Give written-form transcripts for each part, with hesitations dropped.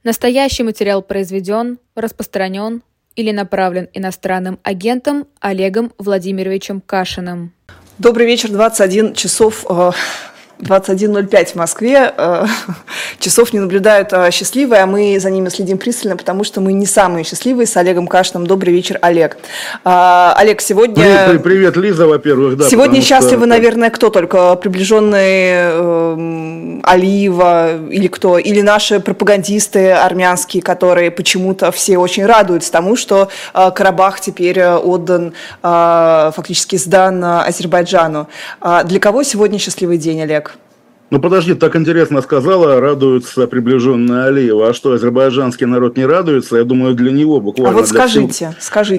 Настоящий материал произведен, распространен или направлен иностранным агентом Олегом Владимировичем Кашиным. Добрый вечер, 21 часов 21:05 в Москве. Часов не наблюдают счастливые, а мы за ними следим пристально, потому что мы не самые счастливые с Олегом Кашиным. Добрый вечер, Олег. Олег, сегодня... Привет, Лиза, во-первых. Да, сегодня счастливы, наверное, кто только? Приближенные Алиева или кто? Или наши пропагандисты армянские, которые почему-то все очень радуются тому, что Карабах теперь отдан, фактически сдан Азербайджану. Для кого сегодня счастливый день, Олег? Ну подожди, так интересно сказала, радуются приближенные Алиева. А что, азербайджанский народ не радуется? Я думаю, для него буквально... А вот скажите.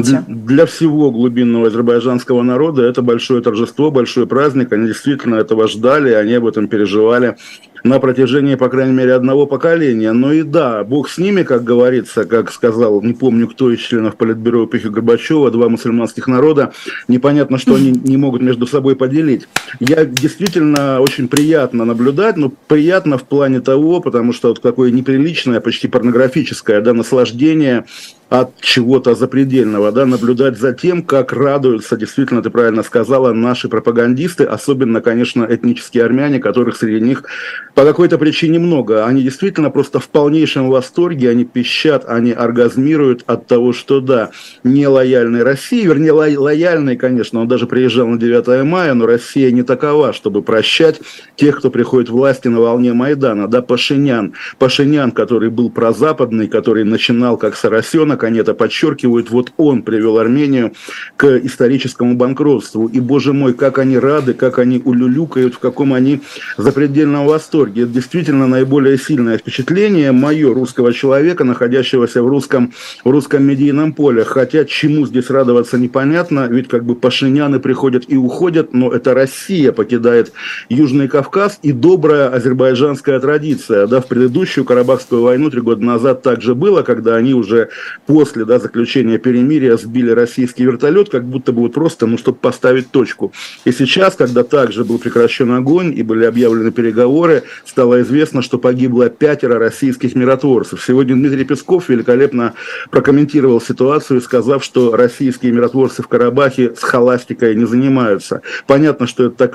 Для всего глубинного азербайджанского народа это большое торжество, большой праздник. Они действительно этого ждали, они об этом переживали на протяжении, по крайней мере, одного поколения. Но и да, бог с ними, как говорится, как сказал, не помню, кто из членов Политбюро эпохи Горбачева, два мусульманских народа, непонятно, что они не могут между собой поделить. Я действительно очень приятно наблюдать, но приятно в плане того, потому что вот такое неприличное, почти порнографическое, да, наслаждение от чего-то запредельного, да, наблюдать за тем, как радуются, действительно, ты правильно сказала, наши пропагандисты, особенно, конечно, этнические армяне, которых среди них по какой-то причине много. Они действительно просто в полнейшем восторге, они пищат, они оргазмируют от того, что, да, не лояльной России, вернее, лояльной, конечно, он даже приезжал на 9 мая, но Россия не такова, чтобы прощать тех, кто приходит к власти на волне Майдана, да, Пашинян, который был прозападный, который начинал как Соросенок, они это подчеркивают, вот он привел Армению к историческому банкротству. И, боже мой, как они рады, как они улюлюкают, в каком они запредельном восторге. Это действительно наиболее сильное впечатление мое, русского человека, находящегося в русском медийном поле. Хотя чему здесь радоваться непонятно, ведь как бы пашиняны приходят и уходят, но это Россия покидает Южный Кавказ и добрая азербайджанская традиция. Да, в предыдущую Карабахскую войну 3 года назад также было, когда они уже после, да, заключения перемирия сбили российский вертолет, как будто бы вот просто, чтобы поставить точку. И сейчас, когда также был прекращен огонь и были объявлены переговоры, стало известно, что погибло 5 российских миротворцев. Сегодня Дмитрий Песков великолепно прокомментировал ситуацию, сказав, что российские миротворцы в Карабахе с схоластикой не занимаются. Понятно, что это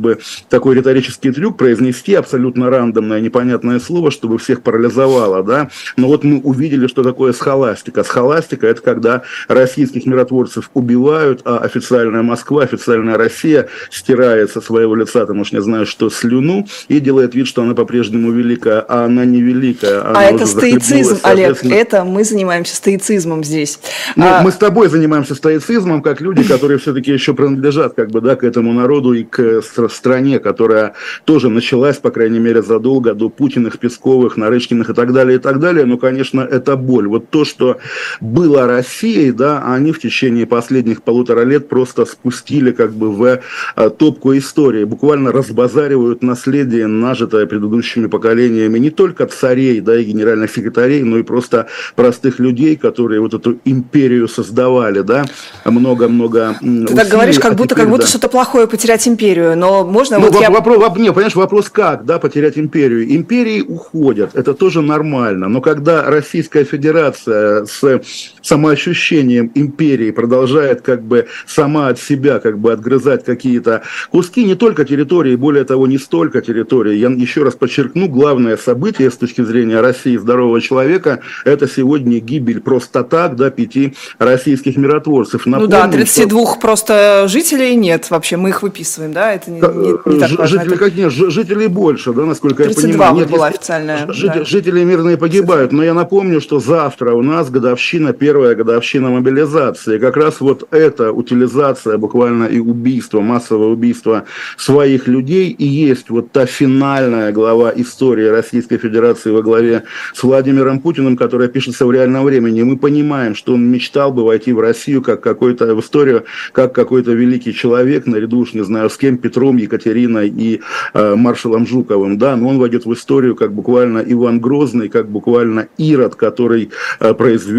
такой риторический трюк произнести абсолютно рандомное, непонятное слово, чтобы всех парализовало, да. Но вот мы увидели, что такое схоластика. Схоластика – это когда российских миротворцев убивают, а официальная Москва, официальная Россия стирает со своего лица, там уж не знаю что, слюну и делает вид, что она по-прежнему великая, а она не великая. А это стоицизм, Олег, это мы занимаемся стоицизмом здесь. Мы с тобой занимаемся стоицизмом, как люди, которые все-таки еще принадлежат к этому народу и к стране, которая тоже началась, по крайней мере, задолго до Путиных, Песковых, Нарышкиных и так далее. Но, конечно, это боль. Вот то, что было Россией, да, они в течение последних 1,5 лет просто спустили в топку истории, буквально разбазаривают наследие, нажитое предыдущими поколениями не только царей, да, и генеральных секретарей, но и просто простых людей, которые вот эту империю создавали, да, много-много усилий. Ты так говоришь, как будто что-то плохое потерять империю, но можно... Вопрос как, да, потерять империю? Империи уходят, это тоже нормально, но когда Российская Федерация с самоощущением империи продолжает сама от себя отгрызать какие-то куски, не только территории, более того, не столько территорий. Я еще раз подчеркну, главное событие с точки зрения России здорового человека – это сегодня гибель просто так, да, 5 российских миротворцев. Напомню, 32 просто жителей нет вообще, мы их выписываем, да, это не так важно. Жителей больше, да, насколько я понимаю. 32 была официальная. Жители мирные погибают, но я напомню, что завтра у нас первая годовщина мобилизации. Как раз вот эта утилизация буквально и убийство, массовое убийство своих людей и есть вот та финальная глава истории Российской Федерации во главе с Владимиром Путиным, которая пишется в реальном времени. Мы понимаем, что он мечтал бы войти в Россию в историю как какой-то великий человек, наряду уж не знаю с кем, Петром, Екатериной и маршалом Жуковым, да, но он войдет в историю как буквально Иван Грозный, как буквально Ирод, который произвел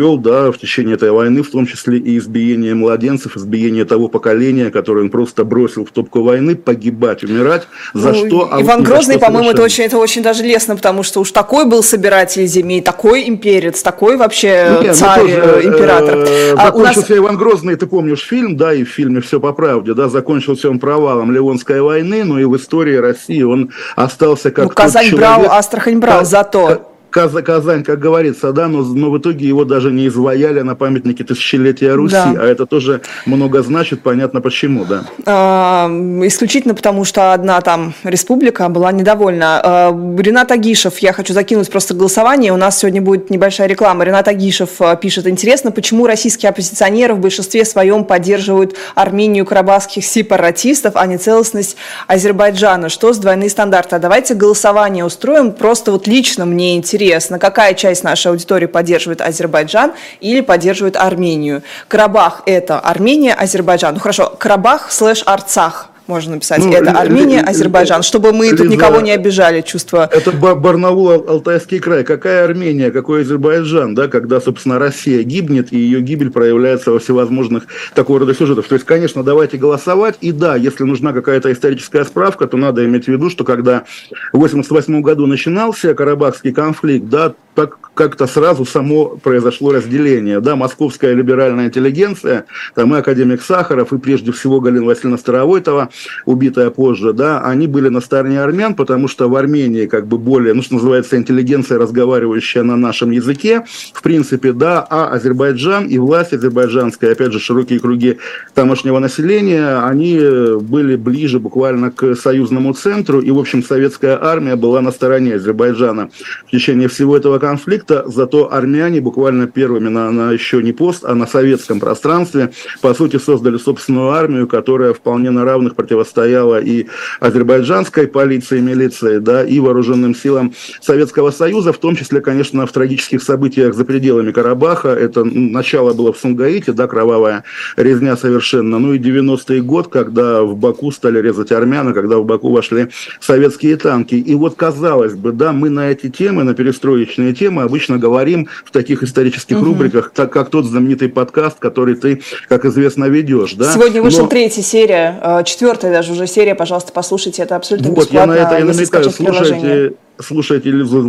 произвел, да, в течение этой войны, в том числе и избиение младенцев, избиение того поколения, которое он просто бросил в топку войны, погибать, умирать, за что... Иван Грозный, по-моему, это очень даже лестно, потому что уж такой был собиратель земель, такой имперец, такой вообще царь, император. Закончился Иван Грозный, ты помнишь фильм, да, и в фильме «Все по правде», да, закончился он провалом Ливонской войны, но и в истории России он остался как Казань брал, Астрахань брал, зато... Казань, как говорится, да, но в итоге его даже не изваяли на памятнике тысячелетия Руси, да. А это тоже много значит, понятно почему, да. Исключительно потому, что одна там республика была недовольна. Ренат Агишев, я хочу закинуть просто голосование, у нас сегодня будет небольшая реклама. Ренат Агишев пишет: интересно, почему российские оппозиционеры в большинстве своем поддерживают Армению, карабахских сепаратистов, а не целостность Азербайджана? Что с двойные стандарты? А давайте голосование устроим, просто вот лично мне интересно. Какая часть нашей аудитории поддерживает Азербайджан или поддерживает Армению? Карабах – это Армения, Азербайджан. Ну хорошо, Карабах / Арцах. Можно написать, это Армения, Азербайджан, чтобы мы тут никого не обижали, чувство. Это Барнаул, Алтайский край. Какая Армения, какой Азербайджан, да, когда, собственно, Россия гибнет, и ее гибель проявляется во всевозможных такого рода сюжетов. То есть, конечно, давайте голосовать, и да, если нужна какая-то историческая справка, то надо иметь в виду, что когда в 1988 году начинался Карабахский конфликт, да, как-то сразу само произошло разделение, да, московская либеральная интеллигенция, там и академик Сахаров, и прежде всего Галина Васильевна Старовойтова, убитая позже, да, они были на стороне армян, потому что в Армении как бы более, ну, что называется, интеллигенция, разговаривающая на нашем языке, в принципе, да, а Азербайджан и власть азербайджанская, опять же, широкие круги тамошнего населения, они были ближе буквально к союзному центру, и, в общем, советская армия была на стороне Азербайджана в течение всего этого конфликта, зато армяне буквально первыми на еще не пост, а на советском пространстве, по сути, создали собственную армию, которая вполне на равных противостояла и азербайджанской полиции, милиции, да, и вооруженным силам Советского Союза, в том числе, конечно, в трагических событиях за пределами Карабаха. Это начало было в Сумгаите, да, кровавая резня совершенно. Ну и 90-й год, когда в Баку стали резать армян, когда в Баку вошли советские танки. И вот, казалось бы, да, мы на эти темы, на перестроечные темы обычно говорим в таких исторических рубриках, так как тот знаменитый подкаст, который ты, как известно, ведешь. Да? Сегодня вышла третья серия, 4-я даже уже серия, пожалуйста, послушайте, это абсолютно бесплатно. Вот, я на это и намекаю, слушайте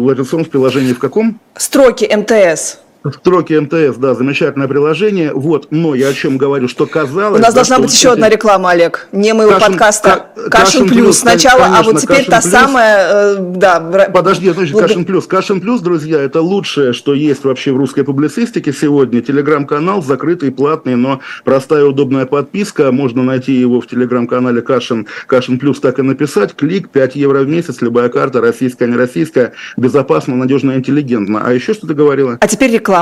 в приложении в каком? Строки МТС. Строки МТС, да, замечательное приложение. Вот, но я о чем говорю, что казалось... У нас должна быть еще одна реклама, Олег. Не моего подкаста Кашин Плюс сначала, конечно, а вот теперь та самая... да. Подожди, значит, Кашин Плюс. Кашин Плюс, друзья, это лучшее, что есть вообще в русской публицистике сегодня. Телеграм-канал закрытый, платный, но простая удобная подписка. Можно найти его в телеграм-канале Кашин Плюс, так и написать. Клик, 5 евро в месяц, любая карта, российская, не российская, безопасно, надежно, интеллигентно. А еще что ты говорила? А теперь реклама.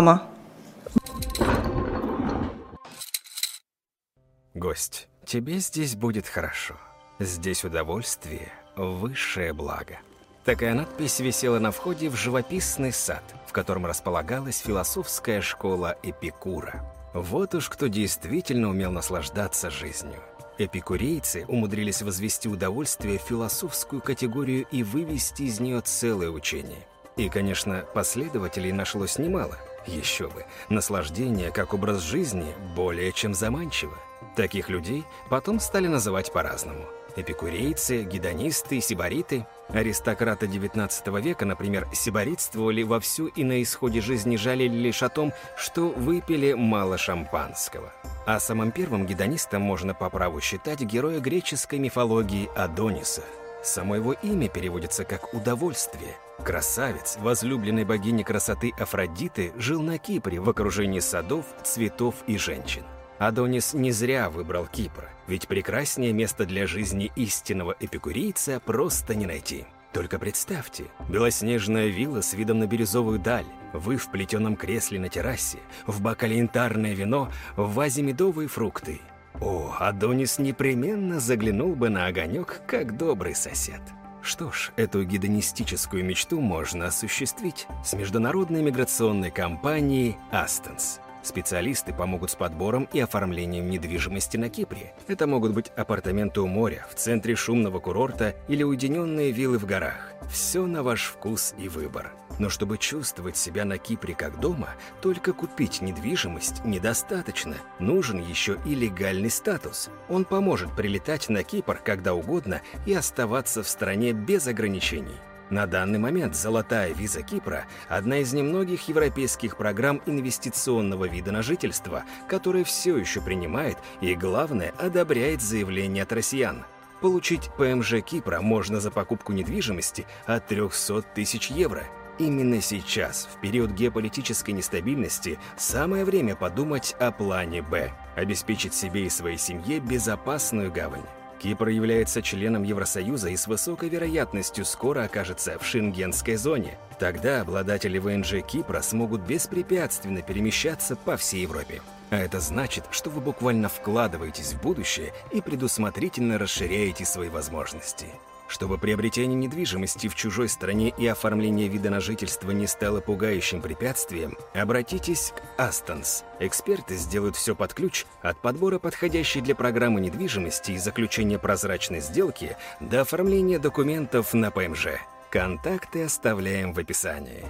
Гость, тебе здесь будет хорошо. Здесь удовольствие – высшее благо. Такая надпись висела на входе в живописный сад, в котором располагалась философская школа Эпикура. Вот уж кто действительно умел наслаждаться жизнью. Эпикурейцы умудрились возвести удовольствие в философскую категорию и вывести из нее целое учение. И, конечно, последователей нашлось немало. Еще бы, наслаждение как образ жизни более чем заманчиво. Таких людей потом стали называть по-разному. Эпикурейцы, гедонисты, сибариты. Аристократы XIX века, например, сибаритствовали вовсю и на исходе жизни жалели лишь о том, что выпили мало шампанского. А самым первым гедонистом можно по праву считать героя греческой мифологии Адониса. Само его имя переводится как «удовольствие». Красавец, возлюбленный богини красоты Афродиты, жил на Кипре в окружении садов, цветов и женщин. Адонис не зря выбрал Кипр, ведь прекраснее места для жизни истинного эпикурейца просто не найти. Только представьте, белоснежная вилла с видом на бирюзовую даль, вы в плетеном кресле на террасе, в бокале янтарное вино, в вазе медовые фрукты. О, Адонис непременно заглянул бы на огонек, как добрый сосед. Что ж, эту гедонистическую мечту можно осуществить с международной миграционной компанией «Астонс». Специалисты помогут с подбором и оформлением недвижимости на Кипре. Это могут быть апартаменты у моря, в центре шумного курорта или уединенные виллы в горах. Все на ваш вкус и выбор. Но чтобы чувствовать себя на Кипре как дома, только купить недвижимость недостаточно. Нужен еще и легальный статус. Он поможет прилетать на Кипр когда угодно и оставаться в стране без ограничений. На данный момент «Золотая виза Кипра» – одна из немногих европейских программ инвестиционного вида на жительство, которая все еще принимает и, главное, одобряет заявления от россиян. Получить ПМЖ Кипра можно за покупку недвижимости от 300 тысяч евро. Именно сейчас, в период геополитической нестабильности, самое время подумать о плане «Б» – обеспечить себе и своей семье безопасную гавань. Кипр является членом Евросоюза и с высокой вероятностью скоро окажется в шенгенской зоне. Тогда обладатели ВНЖ Кипра смогут беспрепятственно перемещаться по всей Европе. А это значит, что вы буквально вкладываетесь в будущее и предусмотрительно расширяете свои возможности. Чтобы приобретение недвижимости в чужой стране и оформление вида на жительство не стало пугающим препятствием, обратитесь к Астонс. Эксперты сделают все под ключ, от подбора подходящей для программы недвижимости и заключения прозрачной сделки до оформления документов на ПМЖ. Контакты оставляем в описании.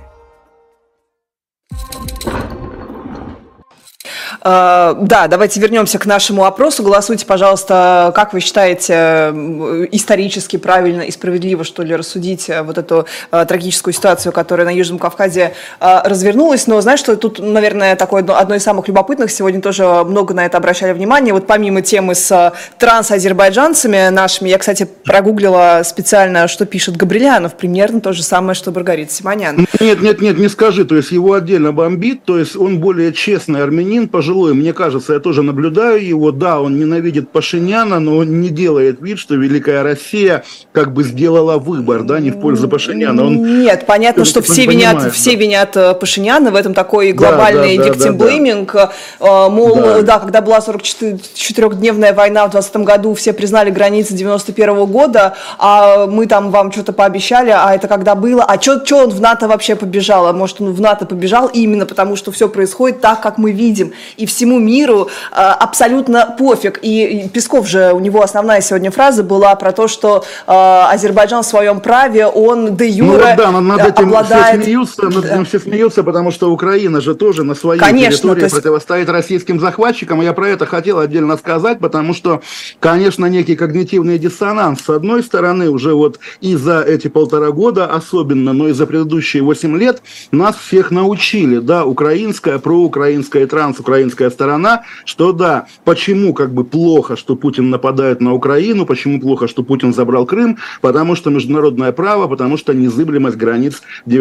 Да, давайте вернемся к нашему опросу. Голосуйте, пожалуйста, как вы считаете, исторически правильно и справедливо, что ли, рассудить вот эту трагическую ситуацию, которая на Южном Кавказе развернулась. Но знаешь, что тут, наверное, такое одно из самых любопытных, сегодня тоже много на это обращали внимание. Вот помимо темы с трансазербайджанцами нашими, я, кстати, прогуглила специально, что пишет Габрилянов, примерно то же самое, что Маргарита Симонян. Нет, не скажи, то есть его отдельно бомбит, то есть он более честный армянин, пожилой, мне кажется, я тоже наблюдаю его, да, он ненавидит Пашиняна, но он не делает вид, что Великая Россия как бы сделала выбор, да, не в пользу Пашиняна. Нет, понятно, что все винят Пашиняна, в этом такой глобальный виктим-блейминг, мол, да, когда была 44-дневная война в 2020 году, все признали границы 91 года, а мы там вам что-то пообещали, а это когда было, а что он в НАТО вообще побежал, а может он в НАТО побежал именно потому, что все происходит так, как мы видим, и всему миру абсолютно пофиг. И Песков же, у него основная сегодня фраза была про то, что Азербайджан в своем праве, он де юре над этим обладает... над этим все смеются, потому что Украина же тоже на своей территории противостоит российским захватчикам, и я про это хотел отдельно сказать, потому что, конечно, некий когнитивный диссонанс, с одной стороны, уже вот и за эти 1,5 года особенно, но и за предыдущие 8 лет нас всех научили, да, украинская, проукраинская и трансукраинская сторона, что да, почему как бы плохо, что Путин нападает на Украину, почему плохо, что Путин забрал Крым, потому что международное право, потому что незыблемость границ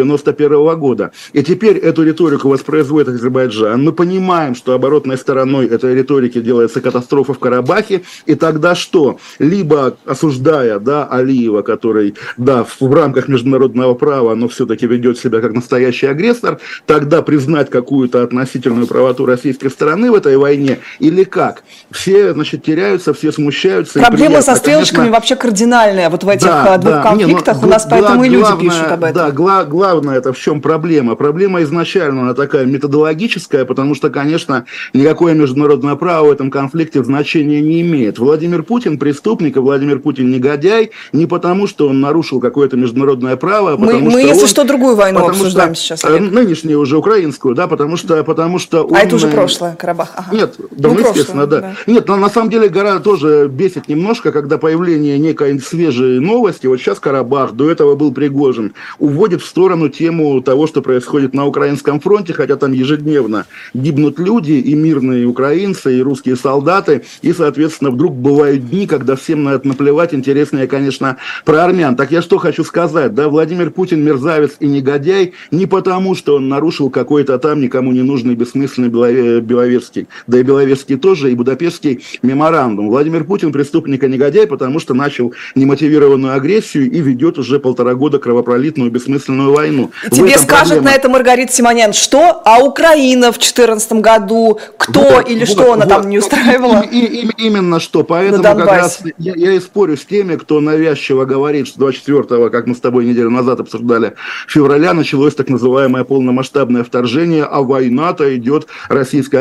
91 года. И теперь эту риторику воспроизводит Азербайджан. Мы понимаем, что оборотной стороной этой риторики делается катастрофа в Карабахе, и тогда что? Либо осуждая, да, Алиева, который, да, в рамках международного права, но все-таки ведет себя как настоящий агрессор, тогда признать какую-то относительную правоту российской стороны в этой войне, или как? Все, значит, теряются, все смущаются. Проблема со стрелочками вообще кардинальная вот в этих двух конфликтах. У нас поэтому и люди пишут об этом. Да, главное это в чем проблема? Проблема изначально она такая методологическая, потому что, конечно, никакое международное право в этом конфликте значения не имеет. Владимир Путин преступник, и Владимир Путин негодяй не потому, что он нарушил какое-то международное право, а потому что если что, другую войну обсуждаем сейчас, Олег. Нынешнюю уже украинскую, да, потому что он... А это уже прошлое, Карабах. Ага. Нет, естественно, да. Нет, но на самом деле гора тоже бесит немножко, когда появление некой свежей новости, вот сейчас Карабах, до этого был Пригожин, уводит в сторону тему того, что происходит на украинском фронте, хотя там ежедневно гибнут люди, и мирные украинцы, и русские солдаты, и, соответственно, вдруг бывают дни, когда всем на это наплевать, интереснее, конечно, про армян. Так я что хочу сказать, да, Владимир Путин мерзавец и негодяй не потому, что он нарушил какой-то там никому не нужный бессмысленный Беловежский, да и Беловежский тоже, и Будапештский меморандум. Владимир Путин преступник и негодяй, потому что начал немотивированную агрессию и ведет уже 1,5 года кровопролитную бессмысленную войну. Тебе скажет на это Маргарита Симонян, что? А Украина в 2014 году? Кто или что она там не устраивала? Именно что. Поэтому как раз я и спорю с теми, кто навязчиво говорит, что 24-го, как мы с тобой неделю назад обсуждали, февраля началось так называемое полномасштабное вторжение, а война-то идет, российская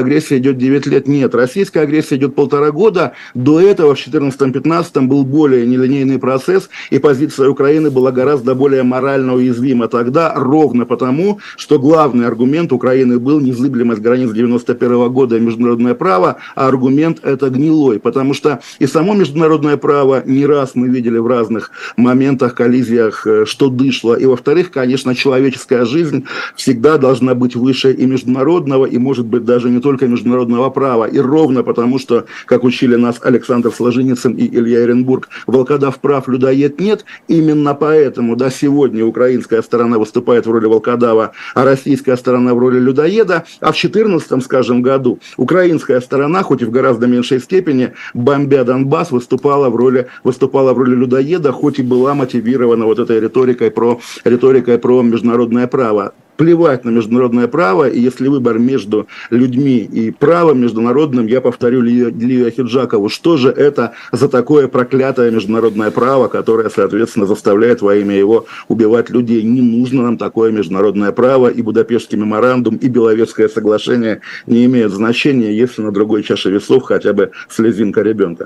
агрессия идет 9 лет. Нет, российская агрессия идет 1,5 года. До этого, в 2014-2015, был более нелинейный процесс, и позиция Украины была гораздо более морально уязвима тогда, ровно потому, что главный аргумент Украины был незыблемость границ 1991 года и международное право, а аргумент это гнилой, потому что и само международное право не раз мы видели в разных моментах, коллизиях, что дышло, и во-вторых, конечно, человеческая жизнь всегда должна быть выше и международного, и может быть даже не только международного права, и ровно потому, что, как учили нас Александр Солженицын и Илья Эренбург, волкодав прав, людоед нет, именно поэтому, да, сегодня украинская сторона выступает в роли волкодава, а российская сторона в роли людоеда, а в 2014, скажем, году украинская сторона, хоть и в гораздо меньшей степени, бомбя Донбасс, выступала в роли людоеда, хоть и была мотивирована вот этой риторикой про международное право. Плевать на международное право, и если выбор между людьми и правом международным, я повторю Лию Ахеджакову, что же это за такое проклятое международное право, которое, соответственно, заставляет во имя его убивать людей. Не нужно нам такое международное право, и Будапештский меморандум, и Беловежское соглашение не имеют значения, если на другой чаше весов хотя бы слезинка ребенка.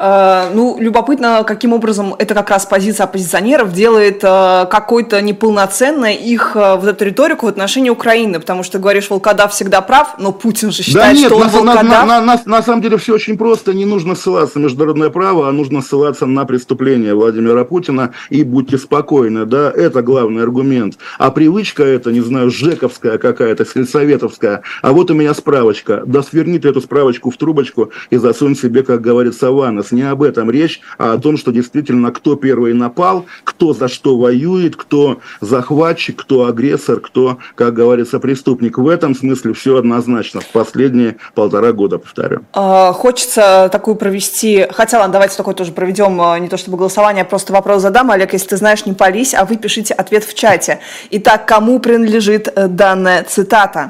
Любопытно, каким образом это как раз позиция оппозиционеров делает какой-то неполноценной их вот эту риторику в отношении Украины, потому что, говоришь, волкодав всегда прав, но Путин же считает, что он волкодав. На самом деле все очень просто, не нужно ссылаться на международное право, а нужно ссылаться на преступления Владимира Путина, и будьте спокойны, да, это главный аргумент. А привычка это, не знаю, жековская какая-то, сельсоветовская, а вот у меня справочка, да сверни ты эту справочку в трубочку и засунь себе, как говорится, в анус. Не об этом речь, а о том, что действительно кто первый напал, кто за что воюет, кто захватчик, кто агрессор, кто, как говорится, преступник. В этом смысле все однозначно. В последние 1,5 года, повторю. Хочется такую провести... Хотя, ладно, давайте такой тоже проведем, не то чтобы голосование, а просто вопрос задам. Олег, если ты знаешь, не пались, а вы пишите ответ в чате. Итак, кому принадлежит данная цитата?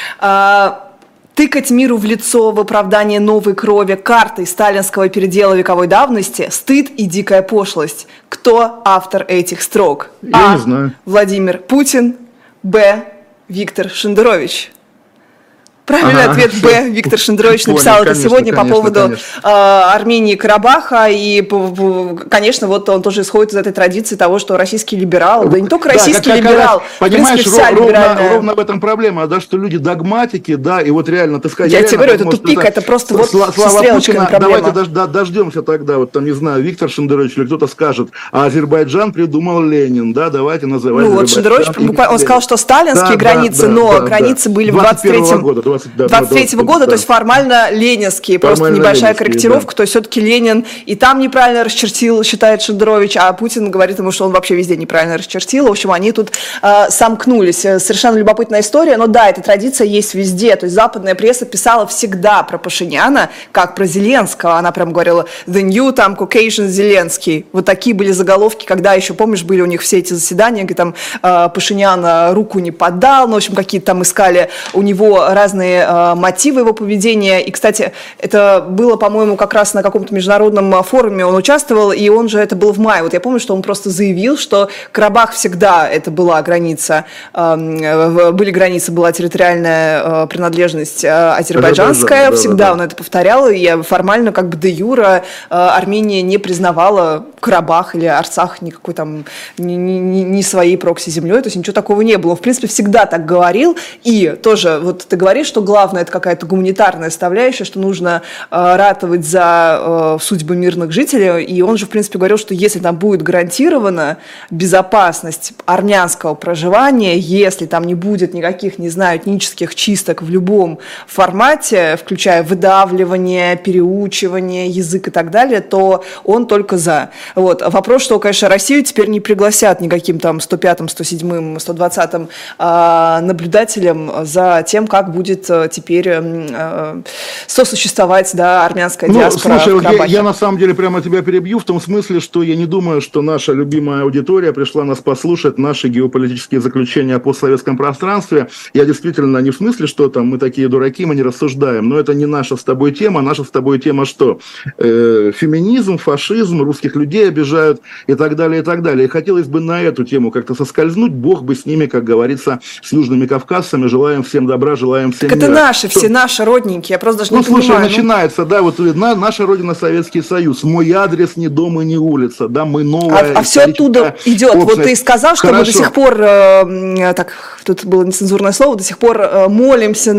Тыкать миру в лицо в оправдании новой крови картой сталинского передела вековой давности – стыд и дикая пошлость. Кто автор этих строк? Я не знаю. Владимир Путин. Б. Виктор Шендерович. Правильный ответ Б. Виктор Шендерович написал это сегодня по поводу Армении и Карабаха. И, конечно, вот он тоже исходит из этой традиции того, что российский либерал, да не только российский либерал, понимаешь, ровно в этом проблема, да, что люди догматики, да, и вот реально, ты сказать... Я тебе говорю, это тупик, это просто вот со стрелочками проблема. Давайте дождемся тогда, вот там, не знаю, Виктор Шендерович или кто-то скажет, а Азербайджан придумал Ленин, да, давайте называть вот Шендерович, он сказал, что сталинские границы, но границы были в 23-м году. 23-го года, то есть формально ленинские, просто небольшая корректировка, да. То есть все-таки Ленин и там неправильно расчертил, считает Шендерович, а Путин говорит ему, что он вообще везде неправильно расчертил. В общем, они тут сомкнулись. Совершенно любопытная история, но да, эта традиция есть везде. То есть западная пресса писала всегда про Пашиняна, как про Зеленского. Она прям говорила «The new там Caucasian Зеленский». Вот такие были заголовки, когда еще, помнишь, были у них все эти заседания, где там Пашинян руку не поддал, ну, в общем, какие-то там искали у него разные мотивы его поведения. И, кстати, это было, по-моему, как раз на каком-то международном форуме он участвовал, и он же, это был в мае. Вот я помню, что он просто заявил, что Карабах всегда это была граница, были границы, была территориальная принадлежность азербайджанская, всегда он это повторял, и формально, как бы де юре, Армения не признавала Карабах или Арцах никакой там, ни своей прокси-землей, то есть ничего такого не было. Он, в принципе, всегда так говорил, и тоже, вот ты говоришь, что главное это какая-то гуманитарная составляющая, что нужно ратовать за судьбы мирных жителей, и он же, в принципе, говорил, что если там будет гарантирована безопасность армянского проживания, если там не будет никаких, не знаю, этнических чисток в любом формате, включая выдавливание, переучивание, язык и так далее, то он только за. Вот. Вопрос, что, конечно, Россию теперь не пригласят никаким там 105-м, 107-м, 120-м наблюдателям за тем, как будет теперь сосуществовать, да, армянская диаспора в Карабахе. Я на самом деле прямо тебя перебью в том смысле, что я не думаю, что наша любимая аудитория пришла нас послушать наши геополитические заключения о постсоветском пространстве. Я действительно не в смысле, что там мы такие дураки, мы не рассуждаем, но это не наша с тобой тема. Наша с тобой тема что? Феминизм, фашизм, русских людей обижают и так далее, и так далее. И хотелось бы на эту тему как-то соскользнуть, бог бы с ними, как говорится, с южными кавказцами. Желаем всем добра, желаем всем это наши, все наши родненькие, я просто даже не слушай, понимаю. Начинается, да, вот наша родина Советский Союз, мой адрес не дом и не улица, да, мы новая. А все оттуда идет. Общность. Вот ты сказал, что мы до сих пор, так, тут было нецензурное слово, до сих пор молимся,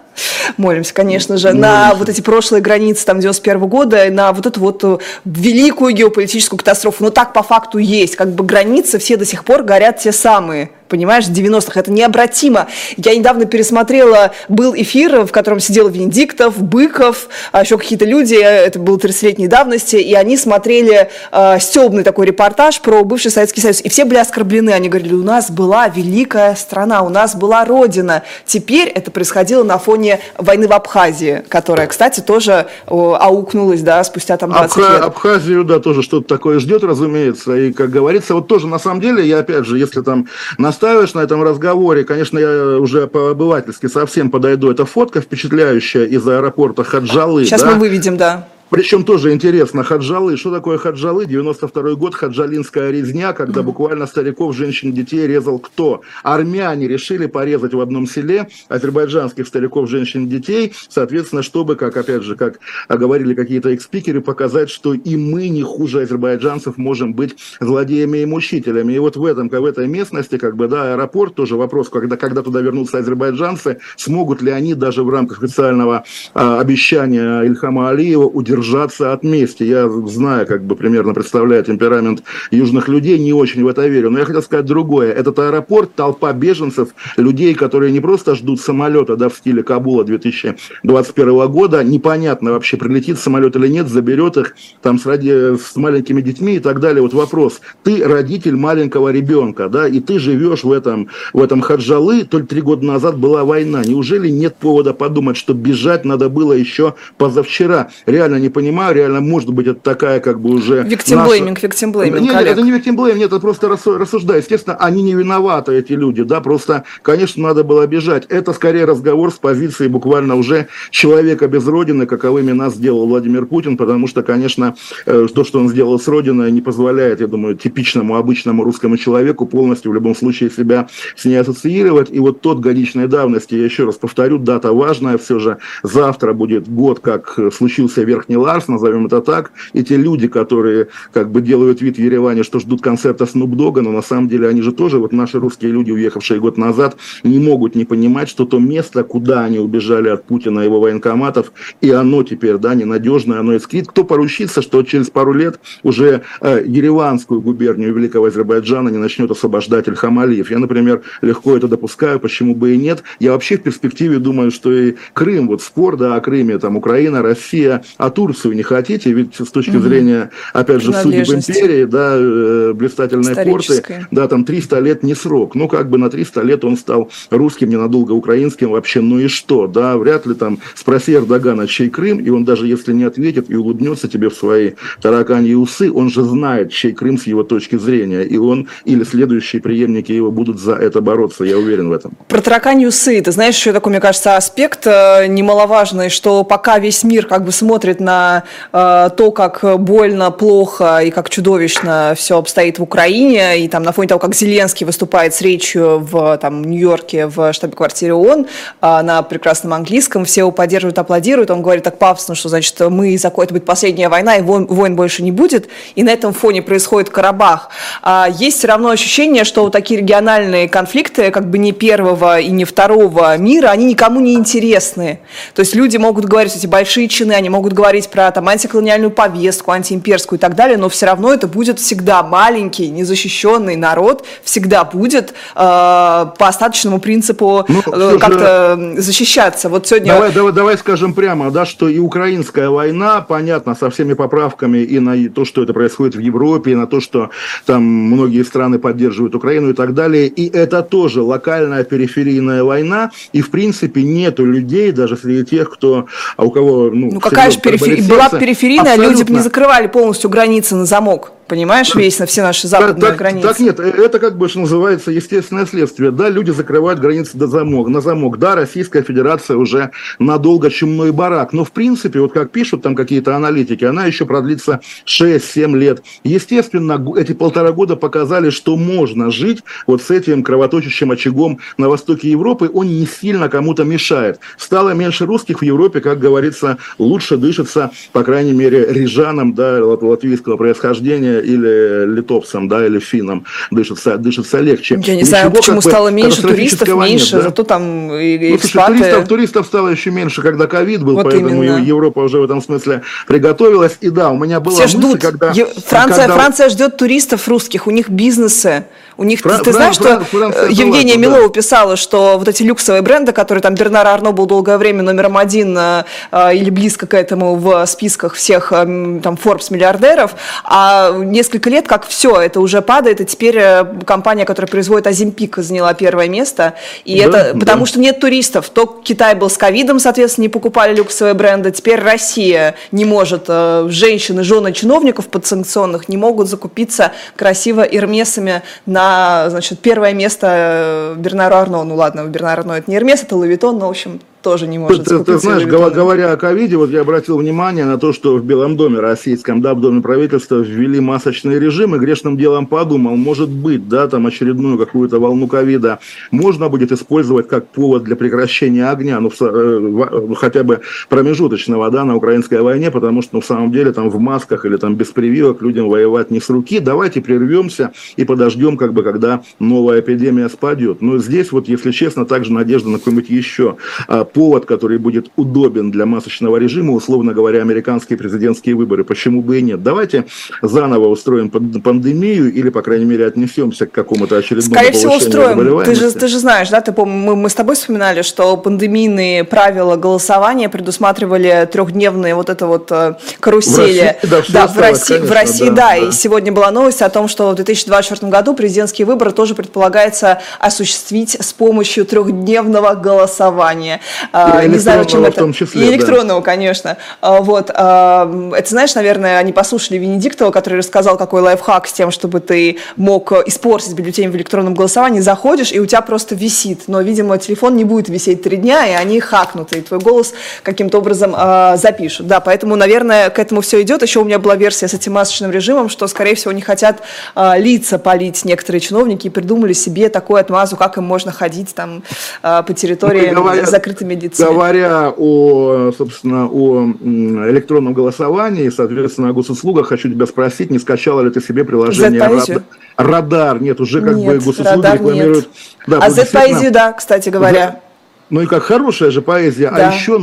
конечно же, на вот эти прошлые границы там 91 года, на вот эту вот великую геополитическую катастрофу. Но так по факту есть, как бы границы все до сих пор горят те самые. Понимаешь, 90-х, это необратимо. Я недавно пересмотрела, был эфир, в котором сидел Венедиктов, Быков, а еще какие-то люди, это было 30-летней давности, и они смотрели стебный такой репортаж про бывший Советский Союз, и все были оскорблены, они говорили, у нас была великая страна, у нас была родина. Теперь это происходило на фоне войны в Абхазии, которая, кстати, тоже аукнулась, да, спустя там 20 лет. Абхазию, да, тоже что-то такое ждет, разумеется, и, как говорится, вот тоже, на самом деле, я, опять же, если там настаиваешь на этом разговоре, конечно, я уже по-обывательски совсем подойду. Это фотка впечатляющая из аэропорта Хаджалы. Сейчас мы выведем, да. Причем тоже интересно, Хаджалы. Что такое Хаджалы? 92-й год, хаджалинская резня, когда буквально стариков, женщин, детей резал кто? Армяне решили порезать в одном селе азербайджанских стариков, женщин, детей, соответственно, чтобы, как, опять же, как говорили какие-то экспикеры, показать, что и мы не хуже азербайджанцев можем быть злодеями и мучителями. И вот в этой местности, как бы, да, аэропорт, тоже вопрос, когда туда вернутся азербайджанцы, смогут ли они даже в рамках специального обещания Ильхама Алиева удержаться от мести. Я знаю, как бы примерно представляю темперамент южных людей, не очень в это верю. Но я хотел сказать другое. Этот аэропорт, толпа беженцев, людей, которые не просто ждут самолета, да, в стиле Кабула 2021 года, непонятно вообще, прилетит самолет или нет, заберет их там с маленькими детьми и так далее. Вот вопрос. Ты родитель маленького ребенка, да, и ты живешь в этом Хаджалы, только 3 года назад была война. Неужели нет повода подумать, что бежать надо было еще позавчера? Реально не понимаю, реально, может быть, это такая, как бы, уже... Виктимблейминг, Нет, это не виктимблейминг, нет, это просто рассуждаю. Естественно, они не виноваты, эти люди, да, просто, конечно, надо было бежать. Это, скорее, разговор с позиции буквально уже человека без родины, каковыми нас сделал Владимир Путин, потому что, конечно, то, что он сделал с родиной, не позволяет, я думаю, типичному, обычному русскому человеку полностью, в любом случае, себя с ней ассоциировать. И вот тот годичной давности, я еще раз повторю, дата важная, все же завтра будет год, как случился Верхний Ларс, назовем это так, и те люди, которые как бы делают вид в Ереване, что ждут концерта Snoop Dogg, но на самом деле они же тоже, вот наши русские люди, уехавшие год назад, не могут не понимать, что то место, куда они убежали от Путина и его военкоматов, и оно теперь, да, ненадежное, оно искрит. Кто поручится, что через пару лет уже Ереванскую губернию Великого Азербайджана не начнет освобождать Ильхам Алиев? Я, например, легко это допускаю, почему бы и нет. Я вообще в перспективе думаю, что и Крым, вот спор, да, о Крыме, там Украина, Россия, а Турцию не хотите, ведь с точки зрения, опять же, судеб империи, да, блистательные порты, да, там 300 лет не срок. Ну, как бы на 300 лет он стал русским, ненадолго украинским вообще, ну и что, да, вряд ли там спроси Эрдогана, чей Крым, и он даже если не ответит и улыбнется тебе в свои тараканьи усы, он же знает, чей Крым с его точки зрения, и он или следующие преемники его будут за это бороться, я уверен в этом. Про тараканьи усы, ты знаешь, еще такой, мне кажется, аспект немаловажный, что пока весь мир как бы смотрит на то, как больно, плохо и как чудовищно все обстоит в Украине, и там на фоне того, как Зеленский выступает с речью в там, Нью-Йорке в штаб-квартире ООН на прекрасном английском, все его поддерживают, аплодируют, он говорит так пафосно, что, значит, это будет последняя война, и войн больше не будет, и на этом фоне происходит Карабах. Есть все равно ощущение, что вот такие региональные конфликты, как бы не первого и не второго мира, они никому не интересны. То есть люди могут говорить эти большие чины, они могут говорить про там, антиколониальную повестку, антиимперскую и так далее, но все равно это будет всегда маленький, незащищенный народ, всегда будет по остаточному принципу как-то защищаться. Вот сегодня... Давай скажем прямо, да, что и украинская война, понятно, со всеми поправками и на то, что это происходит в Европе, и на то, что там многие страны поддерживают Украину и так далее, и это тоже локальная периферийная война, и в принципе нету людей, даже среди тех, кто, у кого... Ну какая же была периферийная, люди бы не закрывали полностью границы на замок. Понимаешь, весь на все наши западные границы. Так нет, это как бы, что называется, естественное следствие. Да, люди закрывают границы на замок. Да, Российская Федерация уже надолго чумной барак. Но в принципе, вот как пишут там какие-то аналитики, она еще продлится 6-7 лет. Естественно, эти 1,5 года показали, что можно жить вот с этим кровоточащим очагом на востоке Европы. Он не сильно кому-то мешает. Стало меньше русских в Европе, как говорится, лучше дышится, по крайней мере, рижанам, да, латвийского происхождения, или литовцам, да, или финнам дышится легче. Я не знаю, почему стало меньше туристов, меньше, да? Зато там и экспаты... Туристов стало еще меньше, когда ковид был, вот поэтому именно. Европа уже в этом смысле приготовилась. И да, у меня была мысль, ждут. Когда... Франция ждет туристов русских, у них бизнесы. У них, ты знаешь, что Евгения Милова писала, что вот эти люксовые бренды, которые там Бернар Арно был долгое время номером 1 или близко к этому в списках всех там Forbes миллиардеров, а несколько лет как все, это уже падает, и теперь компания, которая производит Оземпик, заняла 1 место, и это потому что нет туристов. То Китай был с ковидом, соответственно, не покупали люксовые бренды, теперь Россия не может, женщины, жены чиновников подсанкционных не могут закупиться красиво Эрмесами на, значит, 1 место Бернару Арно. Ну ладно, Бернар Арно это не Эрмес, это Луи Виттон, но в общем тоже не может закупиться. Ты знаешь, говоря о ковиде, вот я обратил внимание на то, что в Белом доме российском, да, в доме правительства ввели масочный режим, и грешным делом подумал, может быть, да, там очередную какую-то волну ковида можно будет использовать как повод для прекращения огня, ну, хотя бы промежуточного, да, на украинской войне, потому что, ну, в самом деле, там в масках или там без прививок людям воевать не с руки. Давайте прервемся и подождем, как бы, когда новая эпидемия спадет. Но здесь, вот, если честно, также надежда на какой-нибудь еще повод, который будет удобен для масочного режима, условно говоря, американские президентские выборы. Почему бы и нет? Давайте заново устроим пандемию или, по крайней мере, отнесемся к какому-то очередному повышению заболеваемости. Ты же знаешь, да, мы с тобой вспоминали, что пандемийные правила голосования предусматривали 3-дневные вот это вот карусели. В России, да. И сегодня была новость о том, что в 2024 году президентские выборы тоже предполагается осуществить с помощью 3-дневного голосования. Не знаю, чем это. И электронного, конечно. Вот. Это, знаешь, наверное, они послушали Венедиктова, который рассказал, какой лайфхак с тем, чтобы ты мог испортить бюллетень в электронном голосовании. Заходишь, и у тебя просто висит. Но, видимо, телефон не будет висеть 3 дня, и они хакнуты, и твой голос каким-то образом запишут. Да, поэтому, наверное, к этому все идет. Еще у меня была версия с этим масочным режимом, что, скорее всего, не хотят лица полить некоторые чиновники и придумали себе такую отмазу, как им можно ходить там по территории закрытыми лицами. Говоря собственно, о электронном голосовании, соответственно, о госуслугах, хочу тебя спросить, не скачала ли ты себе приложение Радар? Нет, уже как бы госуслуги рекламируют. Да, а Z-поэзию, да, кстати говоря. Ну и как хорошая же поэзия, да. А еще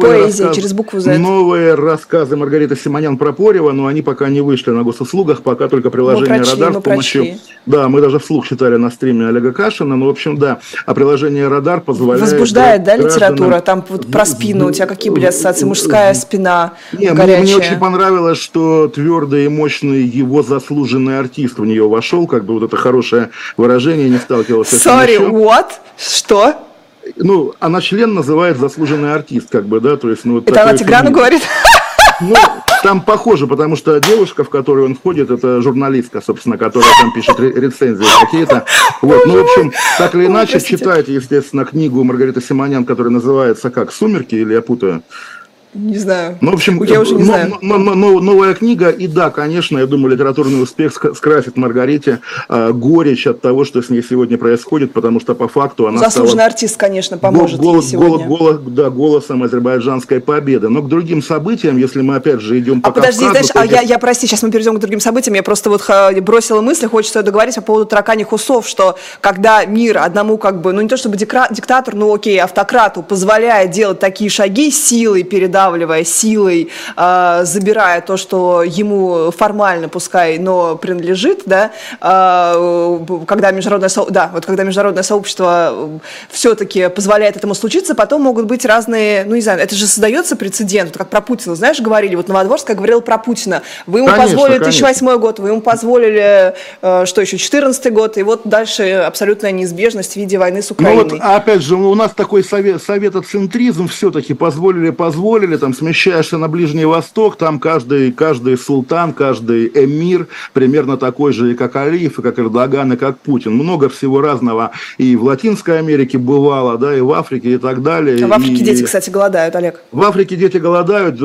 новые рассказы Маргариты Симонян-Пропорева, но они пока не вышли на госуслугах, пока только приложение Радар с помощью... Да, мы даже вслух читали на стриме Олега Кашина, ну, в общем, да, а приложение Радар позволяет... Возбуждает, да, литература? Там вот про спину, у тебя какие были ассоциации? Мужская спина горячая. Мне очень понравилось, что твердый и мощный его заслуженный артист в нее вошел, как бы вот это хорошее выражение, не сталкивался с этим еще. What? Что? Ну, она член называет заслуженный артист, как бы, да, то есть... Ну, вот это она Тиграну говорит? Ну, там похоже, потому что девушка, в которую он входит, это журналистка, собственно, которая там пишет рецензии какие-то. Вот, ну, в общем, так или иначе, читайте, естественно, книгу Маргариты Симонян, которая называется как «Сумерки», или я путаю? Не знаю. Ну, в общем, я уже не знаю. Новая книга, и да, конечно, я думаю, литературный успех скрасит Маргарите горечь от того, что с ней сегодня происходит, потому что по факту она заслуженный артист, конечно, поможет ей сегодня. Голосом азербайджанской победы. Но к другим событиям, если мы опять же идем по Кавказу... Подожди, знаешь, прости, сейчас мы перейдем к другим событиям. Я просто вот бросила мысль, хочется договорить по поводу тараканьих усов, что когда мир одному как бы, ну не то чтобы диктатор, ну окей, автократу позволяет делать такие шаги силой, передавая силой, забирая то, что ему формально, пускай, но принадлежит, да, когда международное сообщество все-таки позволяет этому случиться, потом могут быть разные, ну не знаю, это же создается прецедент, вот как про Путина, знаешь, говорили, вот Новодворская говорила про Путина, вы ему позволили 2008 год, вы ему позволили, что еще, 2014 год, и вот дальше абсолютная неизбежность в виде войны с Украиной. Ну вот, опять же, у нас такой советоцентризм все-таки позволили, говорили, там смещаешься на Ближний Восток, там каждый султан, каждый эмир примерно такой же, и как Алиев, и как Эрдоган, и как Путин. Много всего разного и в Латинской Америке бывало, да, и в Африке, и так далее. А в Африке дети, кстати, голодают, Олег. В Африке дети голодают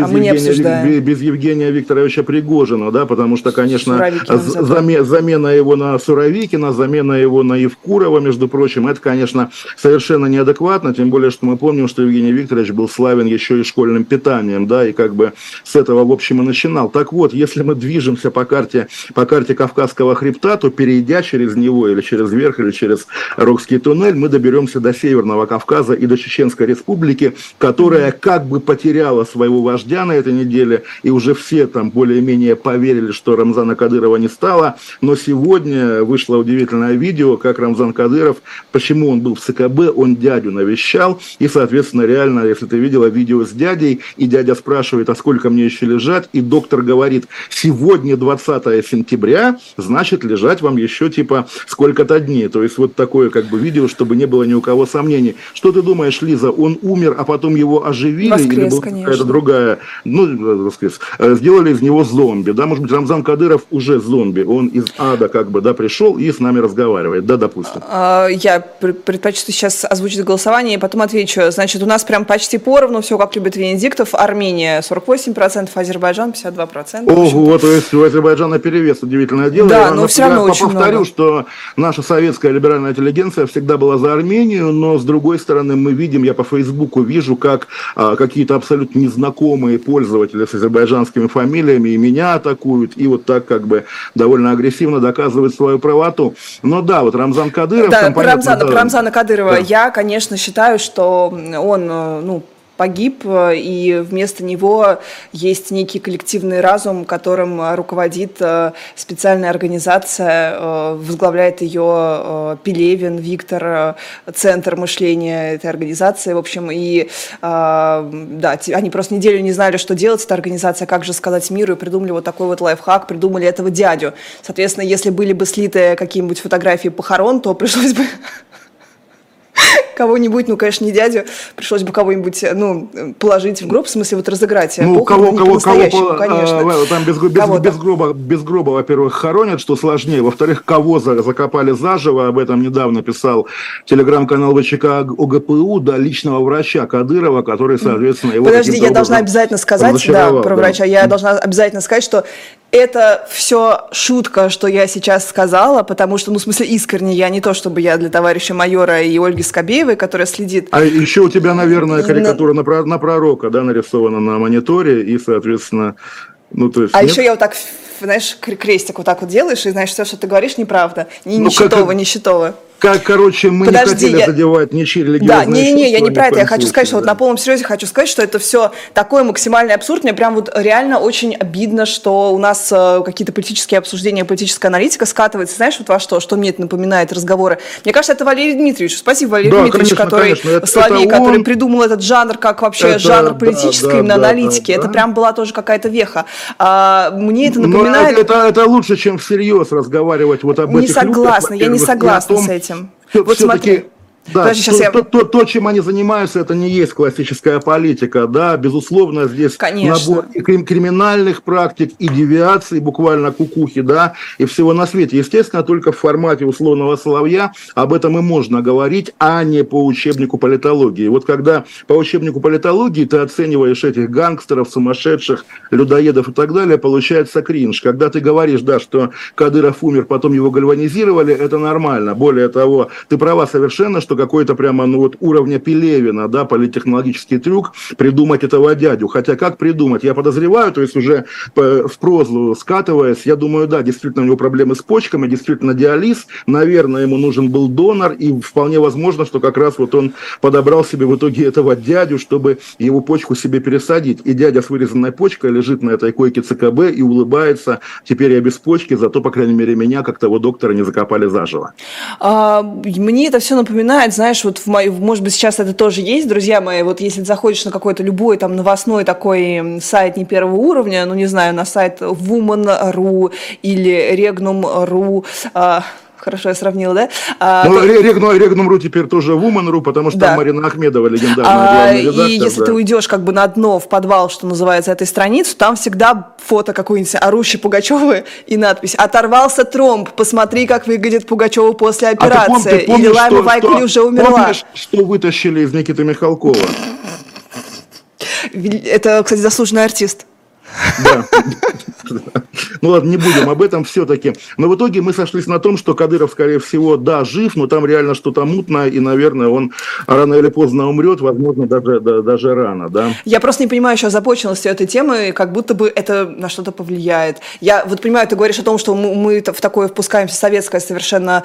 без Евгения Викторовича Пригожина, да, потому что, конечно, замена его на Суровикина, замена его на Евкурова, между прочим, это, конечно, совершенно неадекватно, тем более, что мы помним, что Евгений Викторович был славен еще и школьным питанием, да, и как бы с этого, в общем, и начинал. Так вот, если мы движемся по карте Кавказского хребта, то, перейдя через него, или через верх, или через Рокский туннель, мы доберемся до Северного Кавказа и до Чеченской Республики, которая как бы потеряла своего вождя на этой неделе, и уже все там более-менее поверили, что Рамзана Кадырова не стало, но сегодня вышло удивительное видео, как Рамзан Кадыров, почему он был в ЦКБ, он дядю навещал, и, соответственно, реально, если ты видела видео с дядей, и дядя спрашивает, а сколько мне еще лежать, и доктор говорит, сегодня 20 сентября, значит, лежать вам еще, типа, сколько-то дней, то есть вот такое, как бы, видео, чтобы не было ни у кого сомнений. Что ты думаешь, Лиза, он умер, а потом его оживили, воскрес, или была какая-то другая, воскрес, сделали из него зомби, да, может быть, Рамзан Кадыров уже зомби, он из ада, как бы, да, пришел и с нами разговаривает, да, допустим. Я предпочту сейчас озвучить голосование и потом отвечу. Значит, у нас прям почти поровну, все как любит Венедиктов. Армения 48%, Азербайджан 52%. Ого, то есть у Азербайджана перевес, удивительное дело. Да, но все равно очень много. Повторю, что наша советская либеральная интеллигенция всегда была за Армению, но с другой стороны мы видим, я по Фейсбуку вижу, как какие-то абсолютно незнакомые пользователи с азербайджанскими фамилиями и меня атакуют, и вот так как бы довольно агрессивно доказывают свою правоту. Но да, вот Рамзан Кадыров... Да, про Рамзана Кадырова, да. Я, конечно, считаю, что он, погиб, и вместо него есть некий коллективный разум, которым руководит специальная организация, возглавляет ее Пелевин, Виктор, центр мышления этой организации, в общем, и да, они просто неделю не знали, что делать, эта организация, как же сказать миру, и придумали вот такой вот лайфхак, придумали этого дядю. Соответственно, если были бы слиты какие-нибудь фотографии похорон, то пришлось бы... кого-нибудь, конечно, не дядю, пришлось бы кого-нибудь, положить в гроб, в смысле, вот разыграть. Кого, конечно. Там без гроба, во-первых, хоронят, что сложнее, во-вторых, кого закопали заживо, об этом недавно писал телеграм-канал ВЧК ОГПУ, да, личного врача Кадырова, который, соответственно, его... Подожди, я должна обязательно сказать, про врача, я должна обязательно сказать, что это все шутка, что я сейчас сказала, потому что, в смысле, искренне, я не то, чтобы я для товарища майора и Ольги Скобеевой, которая следит. А еще у тебя, наверное, карикатура на пророка, да, нарисована на мониторе, и, соответственно, то есть... еще я вот так, знаешь, крестик вот так вот делаешь, и, знаешь, все, что ты говоришь, неправда. Не счетово. Мы не хотели задевать ничьи религиозные чувства. Да, я не про это. Я хочу сказать, что вот на полном серьезе хочу сказать, что это все такой максимальный абсурд. Мне прям вот реально очень обидно, что у нас какие-то политические обсуждения, политическая аналитика скатывается. Знаешь, вот во что мне это напоминает разговоры. Мне кажется, это Валерий Дмитриевич. Спасибо, Валерий Дмитриевич, который Соловей, который придумал этот жанр, как вообще жанр политической именно аналитики. Это прям была тоже какая-то веха. Мне это напоминает... Это лучше, чем всерьез разговаривать вот об этих людях. Я не согласна с этим. Вот смотри. Да, то, чем они занимаются, это не есть классическая политика, да, безусловно, здесь набор и криминальных практик, и девиаций, буквально кукухи, да, и всего на свете. Естественно, только в формате условного Соловья об этом и можно говорить, а не по учебнику политологии. Вот когда по учебнику политологии ты оцениваешь этих гангстеров, сумасшедших, людоедов и так далее, получается кринж. Когда ты говоришь, да, что Кадыров умер, потом его гальванизировали, это нормально. Более того, ты права совершенно, что какой-то прямо, уровня Пелевина, да, политтехнологический трюк придумать этого дядю. Хотя как придумать? Я подозреваю, то есть уже в прозу скатываясь, я думаю, да, действительно у него проблемы с почками, действительно диализ, наверное, ему нужен был донор, и вполне возможно, что как раз вот он подобрал себе в итоге этого дядю, чтобы его почку себе пересадить. И дядя с вырезанной почкой лежит на этой койке ЦКБ и улыбается, теперь я без почки, зато, по крайней мере, меня, как того доктора, не закопали заживо. Мне это все напоминает, знаешь, вот может быть, сейчас это тоже есть, друзья мои, вот если заходишь на какой-то любой там новостной такой сайт не первого уровня, не знаю, на сайт woman.ru или regnum.ru, Хорошо я сравнила, да? Регнум.ру теперь тоже Woman.ru, потому что там Марина Ахмедова, легендарная главная редактор. И если ты уйдешь как бы на дно, в подвал, что называется, этой страницы, там всегда фото какой-нибудь орущей Пугачевой и надпись «Оторвался тромб, посмотри, как выглядит Пугачева после операции». Ты помнишь, или Лайма Вайкуль уже умерла. Помнишь, что вытащили из Никиты Михалкова? Это, кстати, заслуженный артист. Да. Ну ладно, не будем об этом все-таки. Но в итоге мы сошлись на том, что Кадыров, скорее всего, да, жив, но там реально что-то мутное, и, наверное, он рано или поздно умрет, возможно, даже рано, да. Я просто не понимаю еще озабоченности этой темы, как будто бы это на что-то повлияет. Я вот понимаю, ты говоришь о том, что мы в такое впускаемся советское совершенно